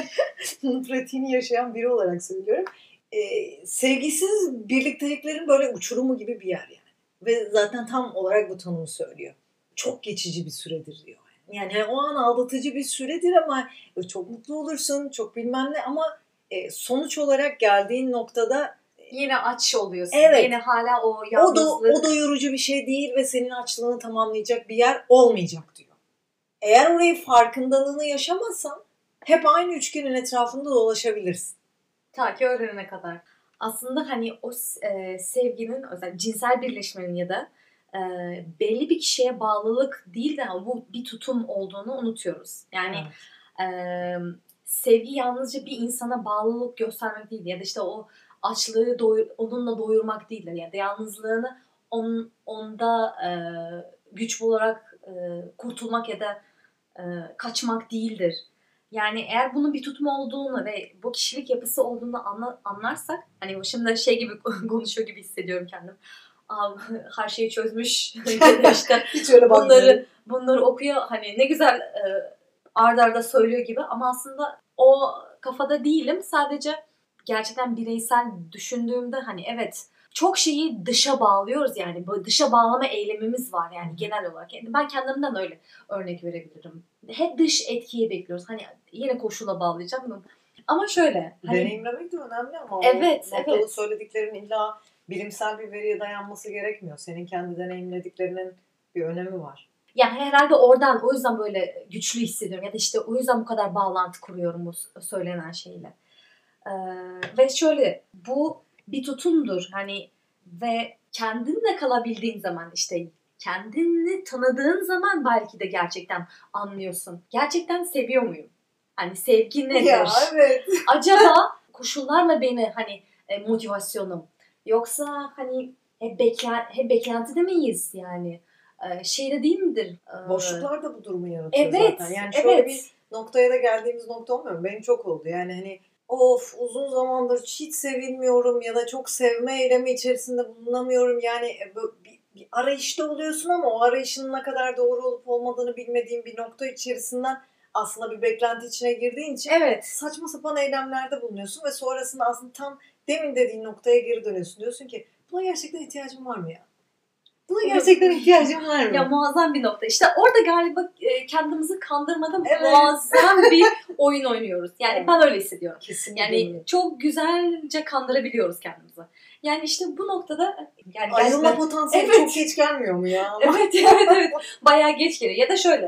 Bunun pratiğini yaşayan biri olarak söylüyorum. Ee, sevgisiz birlikteliklerin böyle uçurumu gibi bir yer yani. Ve zaten tam olarak bu tanımı söylüyor. Çok geçici bir süredir diyor. Yani o an aldatıcı bir süredir ama çok mutlu olursun, çok bilmem ne ama sonuç olarak geldiğin noktada yine aç oluyorsun. Evet. Yine hala o yalnızlık. O, do, o doyurucu bir şey değil ve senin açlığını tamamlayacak bir yer olmayacak diyor. Eğer orayı farkındalığını yaşamazsan hep aynı üçgenin etrafında dolaşabilirsin. Ta ki öğrenene kadar. Aslında hani o e, sevginin, özellikle cinsel birleşmenin ya da e, belli bir kişiye bağlılık değil de bu bir tutum olduğunu unutuyoruz. Yani evet. e, sevgi yalnızca bir insana bağlılık göstermek değil ya da işte o açlığı doyur, onunla doyurmak değildir. Yani yalnızlığını on, onda e, güç bularak e, kurtulmak ya da e, kaçmak değildir. Yani eğer bunun bir tutum olduğunu ve bu kişilik yapısı olduğunu anla, anlarsak, hani şimdi şey gibi konuşuyor gibi hissediyorum kendim. Aa, her şeyi çözmüş. işte hiç öyle bunları bunları okuyor, hani ne güzel e, arda arda söylüyor gibi ama aslında o kafada değilim. Sadece gerçekten bireysel düşündüğümde hani evet çok şeyi dışa bağlıyoruz yani. Böyle dışa bağlama eylemimiz var yani genel olarak. Yani ben kendimden öyle örnek verebilirim. Hep dış etkiyi bekliyoruz. Hani yine koşula bağlayacağım. Ama şöyle. Hani, deneyimlemek de önemli ama evet, o noktalı evet. söylediklerin illa bilimsel bir veriye dayanması gerekmiyor. Senin kendi deneyimlediklerinin bir önemi var. Yani herhalde oradan o yüzden böyle güçlü hissediyorum. Ya da işte o yüzden bu kadar bağlantı kuruyorum bu söylenen şeyle. Ee, ve şöyle bu bir tutumdur hani ve kendinle kalabildiğin zaman işte kendini tanıdığın zaman belki de gerçekten anlıyorsun. Gerçekten seviyor muyum? Hani sevgi nedir? Ya evet. Acaba koşullar mı beni hani e, motivasyonum? Yoksa hani hep, beklen hep beklentide miyiz yani? E, şeyde değil midir? E, Boşluklar da bu durumu yaratıyor evet, zaten. Yani şöyle evet. bir noktaya da geldiğimiz nokta olmuyor mu? Benim çok oldu. Yani hani of uzun zamandır hiç sevilmiyorum ya da çok sevme eylemi içerisinde bulunamıyorum. Yani bir, bir arayışta oluyorsun ama o arayışın ne kadar doğru olup olmadığını bilmediğin bir nokta içerisinden aslında bir beklenti içine girdiğin için evet. saçma sapan eylemlerde bulunuyorsun ve sonrasında aslında tam demin dediğin noktaya geri dönüyorsun. Diyorsun ki buna gerçekten ihtiyacım var mı ya? Buna gerçekten ihtiyacım var mı? Ya muazzam bir nokta. İşte orada galiba kendimizi kandırmadan evet. muazzam bir oyun oynuyoruz. Yani evet. Ben öyle hissediyorum. Kesinlikle. Yani çok güzelce kandırabiliyoruz kendimizi. Yani işte bu noktada yani ayrılma gerçekten... potansiyeli evet. çok geç gelmiyor mu ya? evet evet evet. Bayağı geç geliyor. Ya da şöyle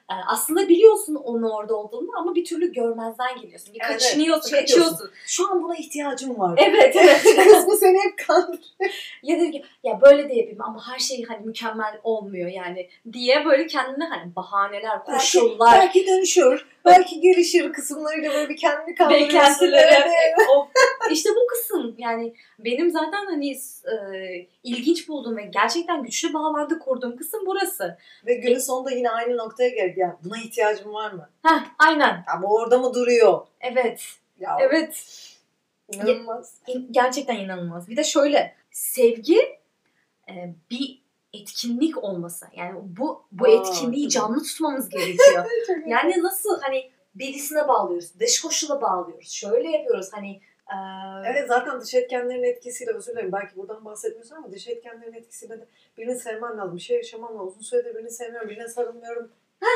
Ee, aslında biliyorsun onun orada olduğunu ama bir türlü görmezden geliyorsun. Bir Evet, kaçınıyorsun, şey kaçıyorsun. diyorsun, şu an buna ihtiyacım var. Evet, evet. Kısmı seni hep kandırıyor. Ya da ki ya böyle de yapayım ama her şey hani mükemmel olmuyor yani diye böyle kendine hani bahaneler, koşullar. Belki, belki dönüşür, belki gelişir kısımlarıyla böyle bir kendini kandırıyorsun. Beklentileri. Evet. O, işte bu kısım yani benim zaten hani e, ilginç bulduğum ve gerçekten güçlü bağlantı kurduğum kısım burası. Ve günün sonunda yine aynı noktaya geldi. Yani buna ihtiyacım var mı? Heh, aynen. Ya bu orada mı duruyor? Evet. Ya, evet. İnanılmaz. Gerçekten inanılmaz. Bir de şöyle sevgi e, bir etkinlik olması. Yani bu bu Aa, etkinliği tabii. canlı tutmamız gerekiyor. Yani nasıl hani birisine bağlıyoruz, dış koşula bağlıyoruz. Şöyle yapıyoruz hani e... evet zaten dış etkenlerin etkisiyle, özür dilerim belki buradan bahsetmiyorsun ama dış etkenlerin etkisiyle de birini sevmem lazım. Bir şey yaşamam lazım. Uzun süredir birini sevmiyorum, birine sarılmıyorum.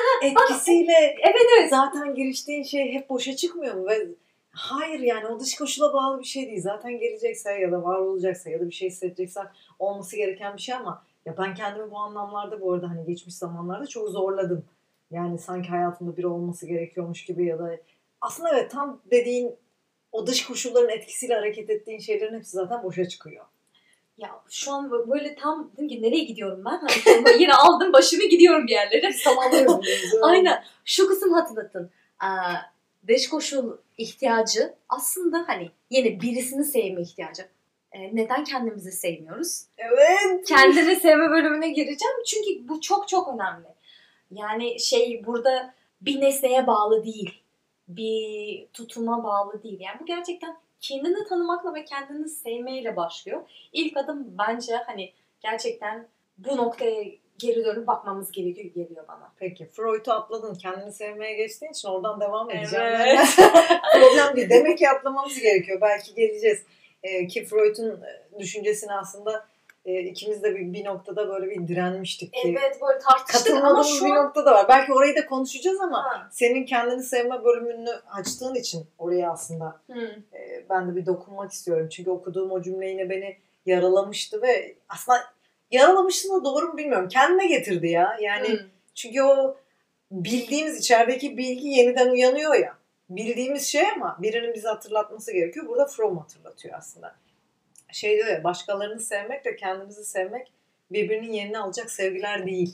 etkisiyle evet, evet. zaten giriştiğin şey hep boşa çıkmıyor mu? Ve hayır yani o dış koşula bağlı bir şey değil. Zaten gelecekse ya da var olacaksa ya da bir şey hissedeceksen olması gereken bir şey ama ya ben kendimi bu anlamlarda bu arada hani geçmiş zamanlarda çok zorladım. Yani sanki hayatımda biri olması gerekiyormuş gibi ya da aslında evet tam dediğin o dış koşulların etkisiyle hareket ettiğin şeylerin hepsi zaten boşa çıkıyor. Ya şu an böyle tam dedim ki nereye gidiyorum ben? Hani yine aldım başımı gidiyorum bir yerlere. Tamamlıyorum. Aynen. Şu kısım hatırlatın. Ee, dış koşul ihtiyacı aslında hani yine birisini sevme ihtiyacı. Ee, neden kendimizi sevmiyoruz? Evet. Kendini sevme bölümüne gireceğim. Çünkü bu çok çok önemli. Yani şey burada bir nesneye bağlı değil. Bir tutuma bağlı değil. Yani bu gerçekten kendini tanımakla ve kendini sevmeyle başlıyor. İlk adım bence hani gerçekten bu noktaya geri dönüp bakmamız gerekiyor geliyor bana. Peki Freud'u atladın. Kendini sevmeye geçtiğin için oradan devam edeceğim. Evet. Problem değil. Demek ki atlamamız gerekiyor. Belki geleceğiz. Ee, ki Freud'un düşüncesini aslında e, ikimiz de bir, bir noktada böyle bir direnmiştik ki. Evet böyle tartıştık ama katılmadığımız şu bir an... nokta da var. Belki orayı da konuşacağız ama ha. senin kendini sevme bölümünü açtığın için oraya aslında hmm. e, ben de bir dokunmak istiyorum. Çünkü okuduğum o cümle yine beni yaralamıştı ve aslında yaralamıştı da doğru mu bilmiyorum. Kendime getirdi ya. Yani hmm. çünkü o bildiğimiz içerideki bilgi yeniden uyanıyor ya. Bildiğimiz şey ama birinin bize hatırlatması gerekiyor. Burada Fromm hatırlatıyor aslında. Şey diyor ya, başkalarını sevmek ve kendimizi sevmek birbirinin yerini alacak sevgiler değil.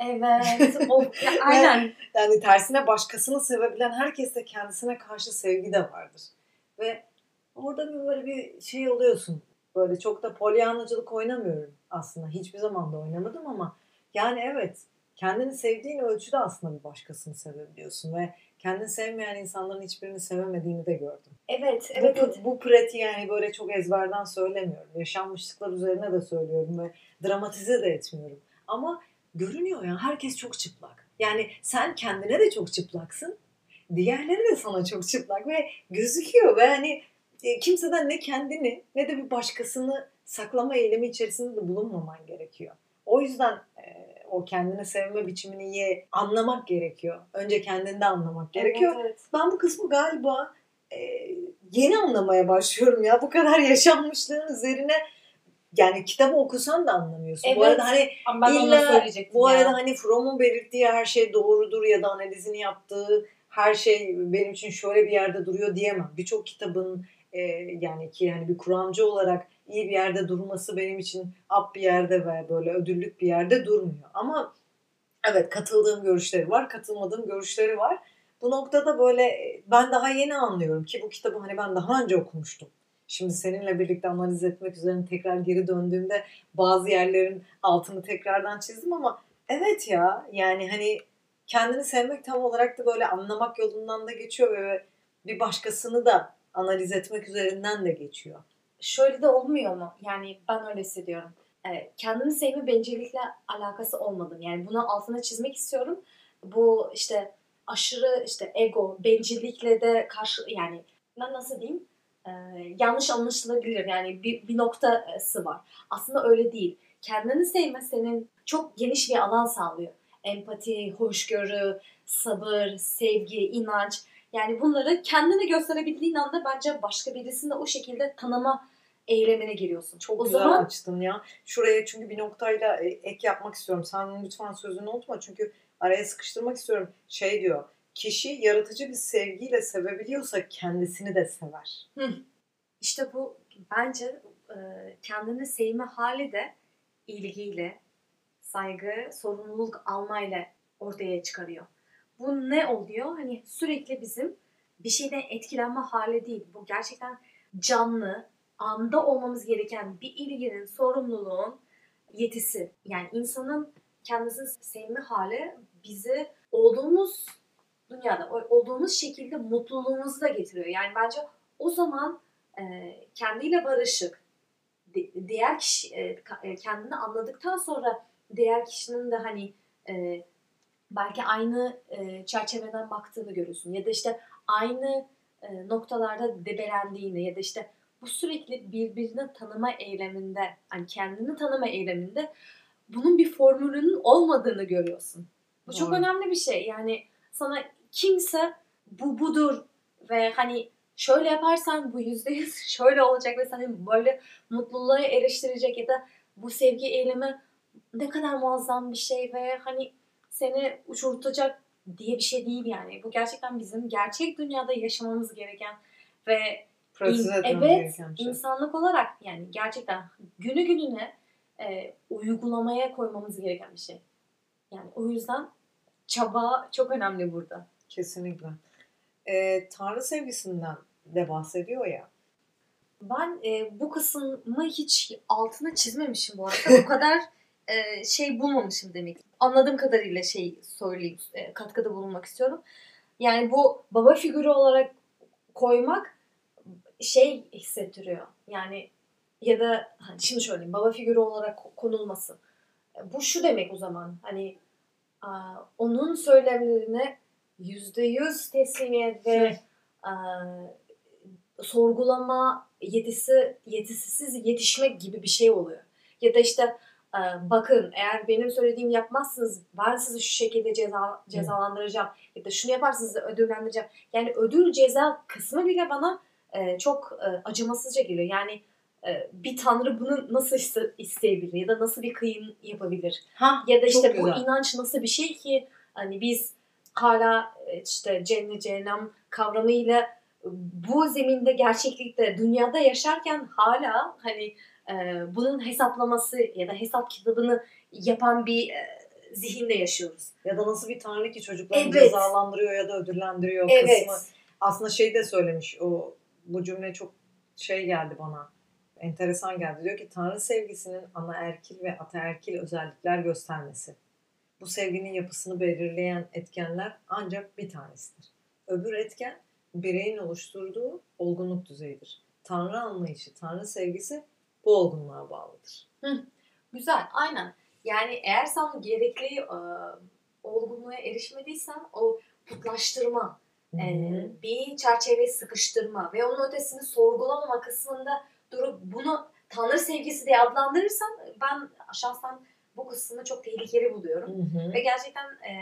Evet. O, aynen. Yani tersine başkasını sevebilen herkeste kendisine karşı sevgi de vardır. Ve orada bir böyle bir şey oluyorsun. Böyle çok da polyanacılık oynamıyorum aslında. Hiçbir zaman da oynamadım ama yani evet, kendini sevdiğin ölçüde aslında bir başkasını sevebiliyorsun ve kendini sevmeyen insanların hiçbirini sevemediğini de gördüm. Evet, evet. Bu, evet. bu pratiği yani böyle çok ezberden söylemiyorum. Yaşanmışlıklar üzerine de söylüyorum ve dramatize de etmiyorum. Ama görünüyor ya, herkes çok çıplak. Yani sen kendine de çok çıplaksın. Diğerleri de sana çok çıplak ve gözüküyor ve hani kimseden ne kendini ne de bir başkasını saklama eylemi içerisinde de bulunmaman gerekiyor. O yüzden e, o kendini sevme biçimini iyi anlamak gerekiyor. Önce kendini de anlamak gerekiyor. Evet, evet. Ben bu kısmı galiba e, yeni anlamaya başlıyorum ya. Bu kadar yaşanmışlığın üzerine yani kitabı okusan da anlamıyorsun. Evet. Bu arada hani illa bu arada ya. Hani Fromm'un belirttiği her şey doğrudur ya da analizini yaptığı her şey benim için şöyle bir yerde duruyor diyemem. Birçok kitabın e, yani ki yani bir Kur'ancı olarak iyi bir yerde durması benim için up bir yerde ve böyle ödüllük bir yerde durmuyor. Ama evet, katıldığım görüşleri var, katılmadığım görüşleri var. Bu noktada böyle ben daha yeni anlıyorum ki bu kitabı hani ben daha önce okumuştum. Şimdi seninle birlikte analiz etmek üzerine tekrar geri döndüğümde bazı yerlerin altını tekrardan çizdim ama evet ya yani hani kendini sevmek tam olarak da böyle anlamak yolundan da geçiyor ve bir başkasını da analiz etmek üzerinden de geçiyor. Şöyle de olmuyor mu? Yani ben öyle hissediyorum. Evet, kendini sevme bencillikle alakası olmadığını. Yani bunu altına çizmek istiyorum. Bu işte aşırı işte ego, bencillikle de karşı yani ben nasıl diyeyim? Ee, yanlış anlaşılabilir. Yani bir, bir noktası var. Aslında öyle değil. Kendini sevme senin çok geniş bir alan sağlıyor. Empati, hoşgörü, sabır, sevgi, inanç. Yani bunları kendini gösterebildiğin anda bence başka birisini de o şekilde tanıma eylemine giriyorsun. Çok o güzel zaman... açtın ya. Şuraya çünkü bir noktayla ek yapmak istiyorum. Sen lütfen sözünü unutma çünkü araya sıkıştırmak istiyorum. Şey diyor, kişi yaratıcı bir sevgiyle sevebiliyorsa kendisini de sever. Hı. İşte bu bence e, kendini sevme hali de ilgiyle, saygı, sorumluluk almayla ortaya çıkarıyor. Bu ne oluyor? Hani sürekli bizim bir şeyden etkilenme hali değil. Bu gerçekten canlı, anda olmamız gereken bir ilginin, sorumluluğun yetisi. Yani insanın kendisini sevme hali bizi olduğumuz dünyada, olduğumuz şekilde mutluluğumuzu da getiriyor. Yani bence o zaman e, kendiyle barışık, di- diğer kişi e, ka- e, kendini anladıktan sonra diğer kişinin de hani e, belki aynı e, çerçeveden baktığını görürsün. Ya da işte aynı e, noktalarda debelendiğini ya da işte bu sürekli birbirini tanıma eyleminde, hani kendini tanıma eyleminde bunun bir formülünün olmadığını görüyorsun. Bu çok Doğru. önemli bir şey. Yani sana kimse bu budur ve hani şöyle yaparsan bu yüzde yüz şöyle olacak ve seni böyle mutluluğa eriştirecek ya da bu sevgi eylemi ne kadar muazzam bir şey ve hani seni uçurtacak diye bir şey değil yani. Bu gerçekten bizim gerçek dünyada yaşamamız gereken ve Proses in, etmemiz evet gereken bir şey. insanlık olarak yani gerçekten günü gününe e, uygulamaya koymamız gereken bir şey. Yani o yüzden çaba çok önemli burada. Kesinlikle. Ee, Tanrı sevgisinden de bahsediyor ya. Ben e, bu kısmı hiç altına çizmemişim bu arada. O kadar e, şey bulmamışım demek. Anladığım kadarıyla şey söyleyeyim, e, katkıda bulunmak istiyorum. Yani bu baba figürü olarak koymak şey hissettiriyor. Yani ya da hani şimdi söyleyeyim baba figürü olarak konulması. Bu şu demek o zaman hani a, onun söylemlerine yüzde yüz teslimiyet ve a, sorgulama yetisi yetisisiz yetişmek gibi bir şey oluyor. Ya da işte e, bakın eğer benim söylediğimi yapmazsınız ben sizi şu şekilde ceza, cezalandıracağım ya da şunu yaparsanız ödüllendireceğim. Yani ödül ceza kısmı bile bana e, çok e, acımasızca geliyor. Yani e, bir tanrı bunu nasıl iste, isteyebilir ya da nasıl bir kıyım yapabilir? Ha, ya da işte çok bu güzel. inanç nasıl bir şey ki hani biz hala e, işte cennet cehennem kavramıyla bu zeminde gerçeklikte dünyada yaşarken hala hani e, bunun hesaplaması ya da hesap kitabını yapan bir e, zihinde yaşıyoruz. Ya da nasıl bir tanrı ki çocuklarını Evet. cezalandırıyor ya da ödüllendiriyor Evet. kısmı. Aslında şey de söylemiş, o bu cümle çok şey geldi bana. Enteresan geldi. Diyor ki tanrı sevgisinin anaerkil ve ataerkil özellikler göstermesi. Bu sevginin yapısını belirleyen etkenler ancak bir tanesidir. Öbür etken bireyin oluşturduğu olgunluk düzeyidir. Tanrı anlayışı, tanrı sevgisi bu olgunluğa bağlıdır. Hı, güzel, aynen. Yani eğer sen gerekli e, olgunluğa erişmediysen o putlaştırma, e, bir çerçeveye sıkıştırma ve onun ötesini sorgulamama kısmında durup bunu Tanrı sevgisi diye adlandırırsan ben şahsen bu kısmını çok tehlikeli buluyorum. Hı hı. Ve gerçekten e,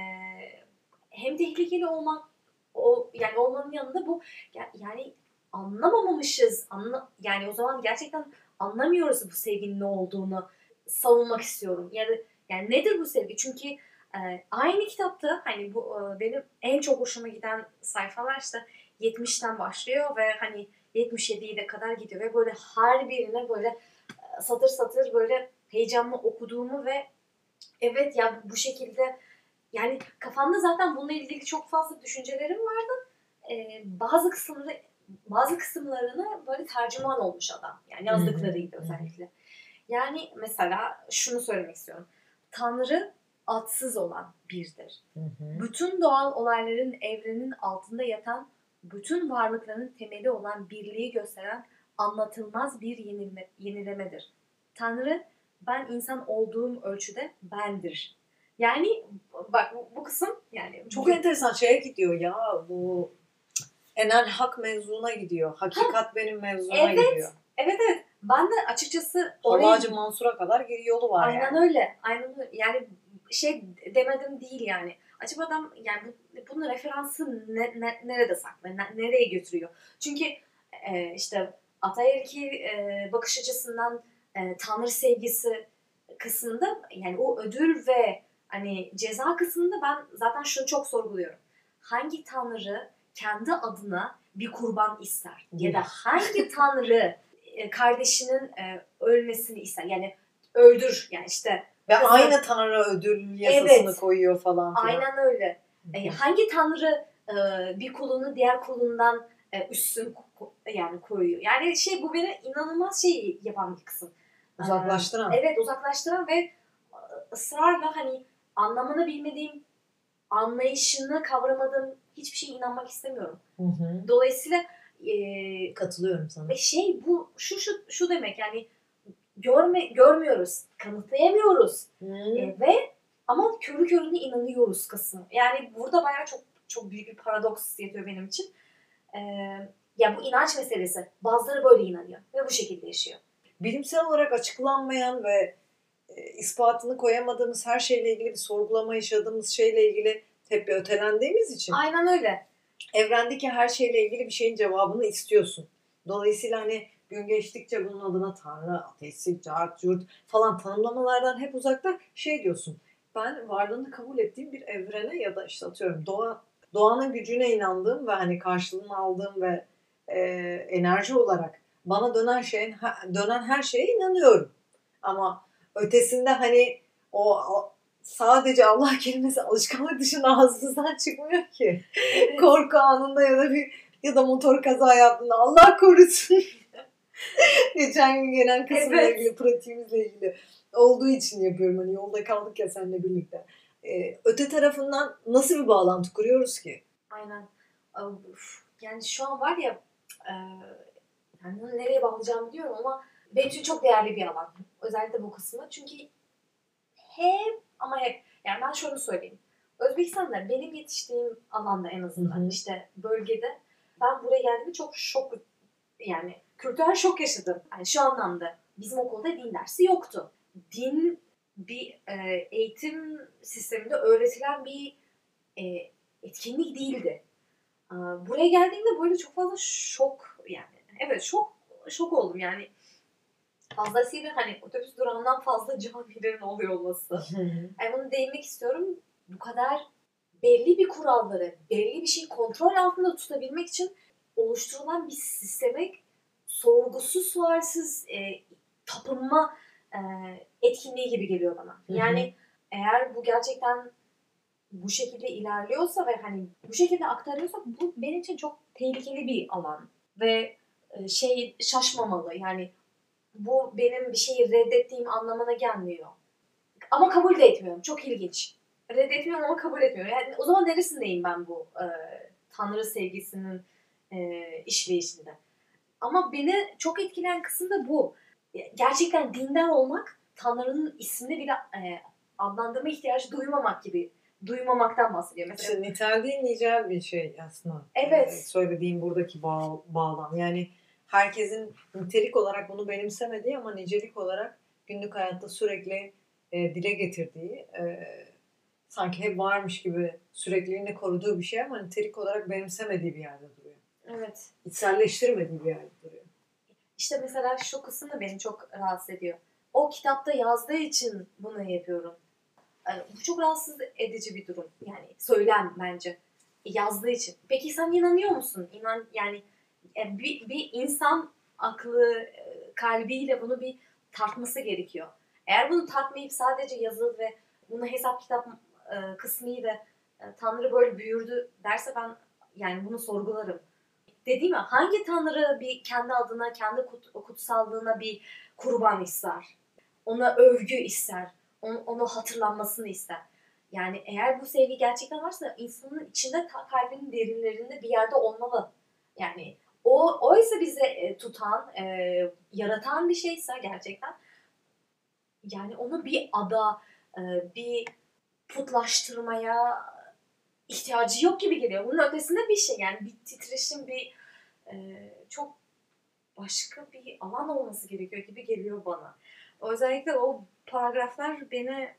hem tehlikeli olmak o yani olmanın yanında bu yani anlamamışız. Anla, yani o zaman gerçekten anlamıyoruz bu sevginin ne olduğunu savunmak istiyorum. Yani yani nedir bu sevgi? Çünkü e, aynı kitapta hani bu e, benim en çok hoşuma giden sayfalar işte yetmişten başlıyor ve hani yetmiş yediye de kadar gidiyor ve böyle her birine böyle e, satır satır böyle heyecanla okuduğumu ve evet ya bu şekilde yani kafamda zaten bununla ilgili çok fazla düşüncelerim vardı. Ee, bazı kısımları bazı kısımlarını böyle tercüman olmuş adam. Yani yazdıklarıydı özellikle. Yani mesela şunu söylemek istiyorum. Tanrı adsız olan birdir. Hı hı. Bütün doğal olayların evrenin altında yatan bütün varlıkların temeli olan birliği gösteren anlatılmaz bir yenilme, yenilemedir. Tanrı ben insan olduğum ölçüde bendir. Yani bak bu, bu kısım yani Çok enteresan şeye gidiyor ya bu enel hak mevzuna gidiyor. Hakikat ha. benim mevzuna evet, gidiyor. Evet evet. Ben de açıkçası Havacı Mansur'a kadar yolu var aynen yani. öyle. Aynen öyle. Yani şey demedim değil yani. Acaba adam yani bu, bunun referansı ne, ne, nerede saklı? Ne, nereye götürüyor? Çünkü e, işte ataerkil e, bakış açısından e, tanrı sevgisi kısmında yani o ödül ve Hani ceza kısmında ben zaten şunu çok sorguluyorum. Hangi tanrı kendi adına bir kurban ister? Ya da hangi tanrı kardeşinin e, ölmesini ister? Yani öldür yani işte. Ve kızı... aynı tanrı ödül yasasını evet. koyuyor falan filan. Aynen öyle. E, hangi tanrı e, bir kulunu diğer kulundan e, üstün yani koyuyor? Yani şey bu beni inanılmaz şey yapan bir kısım. Uzaklaştıran. E, evet uzaklaştıran ve ısrarla hani anlamını bilmediğim, anlayışını kavramadığım hiçbir şeye inanmak istemiyorum. Hı hı. Dolayısıyla e, katılıyorum sana. Ve şey bu şu şu şu demek yani görme görmüyoruz, kanıtlayamıyoruz e, ve ama körü körüne inanıyoruz kısmı. Yani burada bayağı çok çok büyük bir paradoks yatıyor benim için. E, ya bu inanç meselesi. Bazıları böyle inanıyor ve bu şekilde yaşıyor. Bilimsel olarak açıklanmayan ve e, ispatını koyamadığımız her şeyle ilgili bir sorgulama yaşadığımız şeyle ilgili hep bir ötelendiğimiz için. Aynen öyle. Evrendeki her şeyle ilgili bir şeyin cevabını istiyorsun. Dolayısıyla hani gün geçtikçe bunun adına Tanrı, ateist, cart, curt falan tanımlamalardan hep uzakta şey diyorsun. Ben varlığını kabul ettiğim bir evrene ya da işte atıyorum doğa, doğanın gücüne inandığım ve hani karşılığını aldığım ve e, enerji olarak bana dönen şeyin dönen her şeye inanıyorum. Ama ötesinde hani o sadece Allah kelimesi alışkanlık dışında ağzımızdan çıkmıyor ki. Evet. Korku anında ya da bir ya da motor kaza yaptığında Allah korusun. Geçen gün gelen kısımla evet. ilgili, pratiğimizle ilgili olduğu için yapıyorum. Hani yolda kaldık ya seninle birlikte. Ee, öte tarafından nasıl bir bağlantı kuruyoruz ki? Aynen. Yani şu an var ya e, yani nereye bağlayacağımı biliyorum ama benim için çok değerli bir alan. Özellikle bu kısmı. Çünkü hep ama hep yani ben şunu söyleyeyim. Özbekistan'da benim yetiştiğim alanda en azından hı hı. işte bölgede ben buraya geldiğimde çok şok yani kültürel şok yaşadım. Yani şu anlamda bizim okulda din dersi yoktu. Din bir e, eğitim sisteminde öğretilen bir e, etkinlik değildi. E, buraya geldiğimde böyle çok fazla şok yani. Evet şok şok oldum yani. Fazlasıyla hani otobüs durağından fazla camilerin oluyor olması. Yani bunu değinmek istiyorum. Bu kadar belli bir kuralları, belli bir şeyi kontrol altında tutabilmek için oluşturulan bir sisteme sorgusuz sualsiz e, tapınma e, etkinliği gibi geliyor bana. Yani hı hı. eğer bu gerçekten bu şekilde ilerliyorsa ve hani bu şekilde aktarıyorsak bu benim için çok tehlikeli bir alan ve e, şey şaşmamalı yani bu benim bir şeyi reddettiğim anlamına gelmiyor. Ama kabul de etmiyorum. Çok ilginç. Reddetmiyorum ama kabul etmiyorum. Yani o zaman neresindeyim ben bu e, Tanrı sevgisinin e, işleyişinde? Ama beni çok etkileyen kısım da bu. Gerçekten dindar olmak, Tanrı'nın ismini bile e, adlandırma ihtiyacı duymamak gibi. Duymamaktan bahsediyor. Mesela, işte niteldiğin nicel bir şey aslında. Evet. Ee, söylediğim buradaki bağ, bağlam. Yani herkesin nitelik olarak bunu benimsemediği ama nicelik olarak günlük hayatta sürekli e, dile getirdiği, e, sanki hep varmış gibi sürekliliğini koruduğu bir şey ama nitelik olarak benimsemediği bir yerde duruyor. Evet. İçselleştirmediği bir yerde duruyor. İşte mesela şu kısım da beni çok rahatsız ediyor. O kitapta yazdığı için bunu yapıyorum. Yani bu çok rahatsız edici bir durum. Yani söylem bence. Yazdığı için. Peki sen inanıyor musun? İnan yani bir, bir insan aklı, kalbiyle bunu bir tartması gerekiyor. Eğer bunu tartmayıp sadece yazılı ve bunu hesap kitap e, kısmıyla e, Tanrı böyle büyürdü derse ben yani bunu sorgularım. Dediğim mi? Hangi Tanrı bir kendi adına, kendi kut, kutsallığına bir kurban ister? Ona övgü ister. Onu, onu hatırlanmasını ister. Yani eğer bu sevgi gerçekten varsa insanın içinde, kalbinin derinlerinde bir yerde olmalı. Yani o oysa bize e, tutan, e, yaratan bir şeyse gerçekten yani onu bir ada, e, bir putlaştırmaya ihtiyacı yok gibi geliyor. Bunun ötesinde bir şey yani bir titreşim, bir e, çok başka bir alan olması gerekiyor gibi geliyor bana. Özellikle o paragraflar beni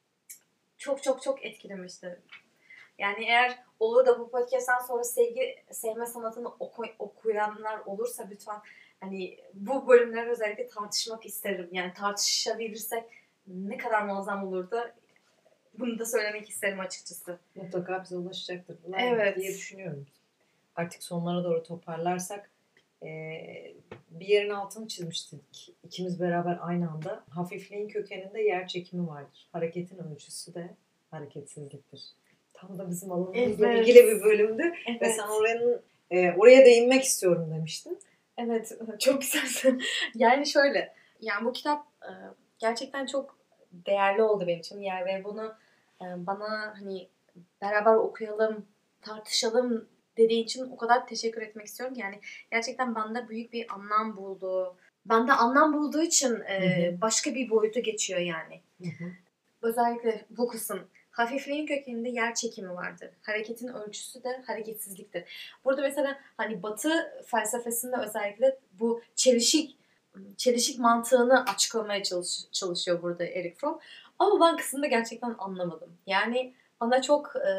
çok çok çok etkilemişti. Yani eğer olur da bu podcast'tan sonra sevgi, sevme sanatını oku, okuyanlar olursa lütfen hani bu bölümleri özellikle tartışmak isterim. Yani tartışabilirsek ne kadar muazzam olurdu Bunu da söylemek isterim açıkçası. Mutlaka bize ulaşacaktır bunlar Evet. diye düşünüyorum. Artık sonlara doğru toparlarsak e, bir yerin altını çizmiştik. İkimiz beraber aynı anda. Hafifliğin kökeninde yer çekimi vardır. Hareketin ölçüsü de hareketsizliktir. Tam da bizim alanımızla Evet. ilgili bir bölümdü. Evet. Ve sen oranın, e, oraya değinmek istiyorum demiştin. Evet, çok güzel. Yani şöyle, yani bu kitap e, gerçekten çok değerli oldu benim için. Yani ve bunu e, bana hani beraber okuyalım, tartışalım dediği için o kadar teşekkür etmek istiyorum. Yani gerçekten bende büyük bir anlam buldu. Bende anlam bulduğu için e, Hı hı. başka bir boyuta geçiyor yani. Hı hı. Özellikle bu kısım. Hafifliğin kökeninde yer çekimi vardır. Hareketin ölçüsü de hareketsizliktir. Burada mesela hani Batı felsefesinde özellikle bu çelişik çelişik mantığını açıklamaya çalış, çalışıyor burada Erich Fromm. Ama ben kısmında gerçekten anlamadım. Yani bana çok e,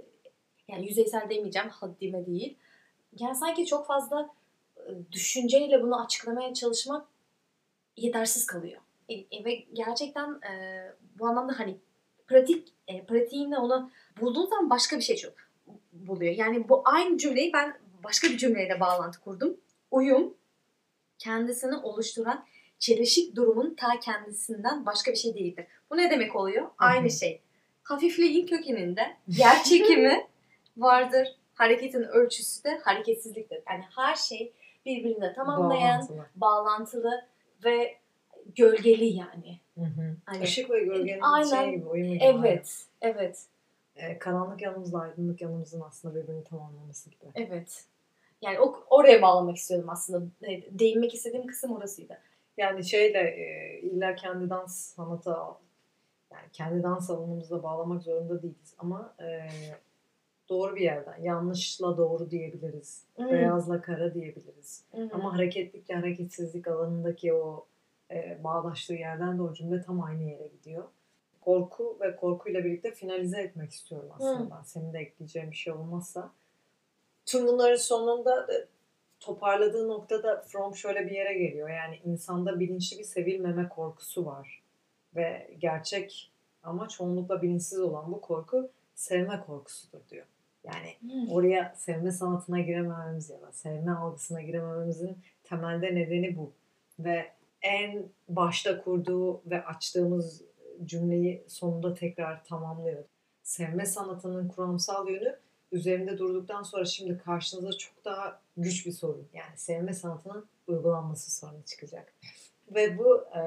yani yüzeysel demeyeceğim, haddime değil. Yani sanki çok fazla e, düşünceyle bunu açıklamaya çalışmak yetersiz kalıyor. E, e, ve gerçekten e, bu anlamda hani pratik e, pratiğinde onu bulduğun zaman başka bir şey çok buluyor. Yani bu aynı cümleyi ben başka bir cümleyle bağlantı kurdum. Uyum kendisini oluşturan çelişik durumun ta kendisinden başka bir şey değildir. Bu ne demek oluyor? Aynı şey. Hafifliğin kökeninde yer çekimi vardır. Hareketin ölçüsü de hareketsizliktir. Yani her şey birbirine tamamlayan, Bağlantılı. bağlantılı ve gölgeli yani. Hı hı. Hani, Işık ve gölgenin aynen, şey gibi, uyumu gibi. Evet, evet. Ee, karanlık yanımızla aydınlık yanımızın aslında birbirini tamamlaması gibi. Evet. Yani o, oraya bağlamak istiyordum aslında. Değinmek istediğim kısım orasıydı. Yani şeyle e, illa kendi dans sanatı, yani kendi dans alanımızla bağlamak zorunda değiliz. Ama e, doğru bir yerden, yanlışla doğru diyebiliriz. Hmm. Beyazla kara diyebiliriz. Hmm. Ama hareketlikle hareketsizlik alanındaki o e, bağdaştığı yerden de o cümle tam aynı yere gidiyor. Korku ve korkuyla birlikte finalize etmek istiyorum aslında. Hmm. Senin de ekleyeceğin bir şey olmazsa. Tüm bunların sonunda toparladığı noktada Fromm şöyle bir yere geliyor. Yani insanda bilinçli bir sevilmeme korkusu var. Ve gerçek ama çoğunlukla bilinçsiz olan bu korku sevme korkusudur diyor. Yani hmm. oraya sevme sanatına giremememiz ya da sevme algısına giremememizin temelde nedeni bu. Ve en başta kurduğu ve açtığımız cümleyi sonunda tekrar tamamlıyor. Sevme sanatının kuramsal yönü üzerinde durduktan sonra şimdi karşınıza çok daha güç bir sorun. Yani sevme sanatının uygulanması sorunu çıkacak. Ve bu e,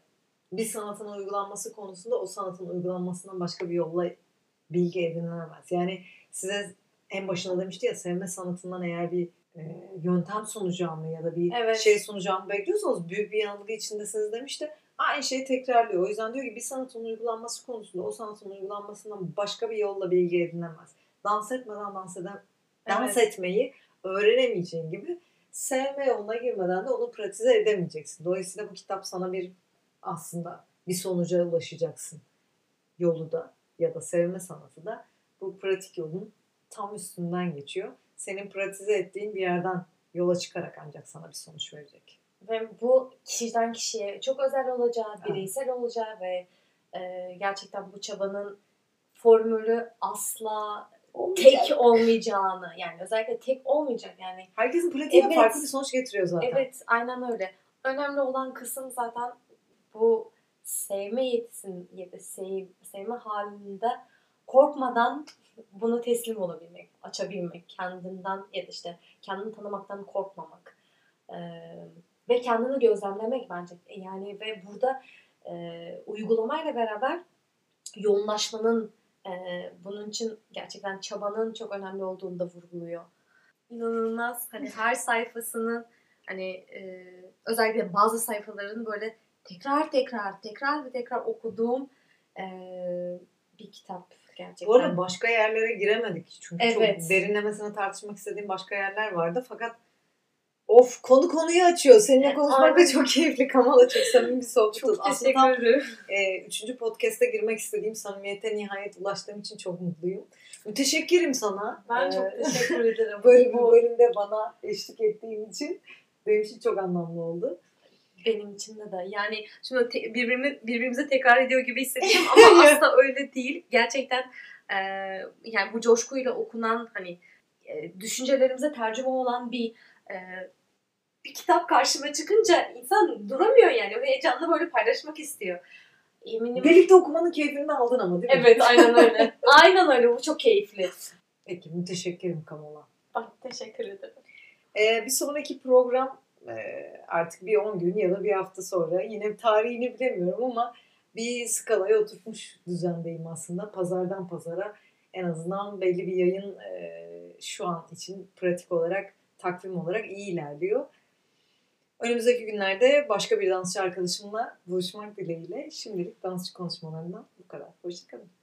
bir sanatın uygulanması konusunda o sanatın uygulanmasından başka bir yolla bilgi edinilemez. Yani size en başında demişti ya, sevme sanatından eğer bir e, yöntem sunacağımı ya da bir evet. şey sunacağımı bekliyorsanız büyük bir yanılgı içindesiniz demişti. Aynı şeyi tekrarlıyor. O yüzden diyor ki bir sanatın uygulanması konusunda o sanatın uygulanmasından başka bir yolla bilgi edinemez. Dans etmeden dans eden, dans evet. etmeyi öğrenemeyeceğin gibi sevme yoluna girmeden de onu pratize edemeyeceksin. Dolayısıyla bu kitap sana bir aslında bir sonuca ulaşacaksın yolu da ya da sevme sanatı da bu pratik yolun tam üstünden geçiyor. Senin pratize ettiğin bir yerden yola çıkarak ancak sana bir sonuç verecek. Ve bu kişiden kişiye çok özel olacağı, bireysel evet. olacağı ve e, gerçekten bu çabanın formülü asla olmayacak. Tek olmayacağını, yani özellikle tek olmayacak yani. Herkesin pratiğine evet, farklı bir sonuç getiriyor zaten. Evet, aynen öyle. Önemli olan kısım zaten bu sevme yetisinin ya da sev, sevme halinde korkmadan bunu teslim olabilmek, açabilmek, kendinden ya da işte kendini tanımaktan korkmamak ee, ve kendini gözlemlemek bence. Yani ve burada e, uygulamayla beraber yoğunlaşmanın e, bunun için gerçekten çabanın çok önemli olduğunu da vurguluyor. İnanılmaz hani her sayfasının hani e, özellikle bazı sayfaların böyle tekrar tekrar tekrar ve tekrar okuduğum e, bir kitap gerçekten. Bu arada başka yerlere giremedik çünkü evet. çok derinlemesine tartışmak istediğim başka yerler vardı fakat of konu konuyu açıyor. Seninle konuşmak da çok keyifli. Kamal'a çok samimi bir sohbet oldu. Çok teşekkür ederim. E, üçüncü podcast'a girmek istediğim samimiyete nihayet ulaştığım için çok mutluyum. Müteşekkirim sana. Ben ee, çok teşekkür ederim. Böyle bir bölümde bana eşlik ettiğin için benim için çok anlamlı oldu. Benim için de de. Yani şimdi te- birbirimi, birbirimize tekrar ediyor gibi hissediyorum ama asla öyle değil. Gerçekten e, yani bu coşkuyla okunan hani e, düşüncelerimize tercüme olan bir e, bir kitap karşıma çıkınca insan duramıyor yani. O heyecanla böyle paylaşmak istiyor. Eminim. Birlikte okumanın keyfini aldın ama değil mi? Evet, aynen öyle. Aynen öyle. Bu çok keyifli. Peki, müteşekkirim Kamola. Ben teşekkür ederim. Ee, bir sonraki program e, artık bir on gün ya da bir hafta sonra, yine tarihini bilemiyorum ama bir skalaya oturtmuş düzendeyim aslında. Pazardan pazara en azından belli bir yayın e, şu an için pratik olarak, takvim olarak iyi ilerliyor. Önümüzdeki günlerde başka bir dansçı arkadaşımla buluşmak dileğiyle şimdilik dansçı konuşmalarından bu kadar. Hoşçakalın.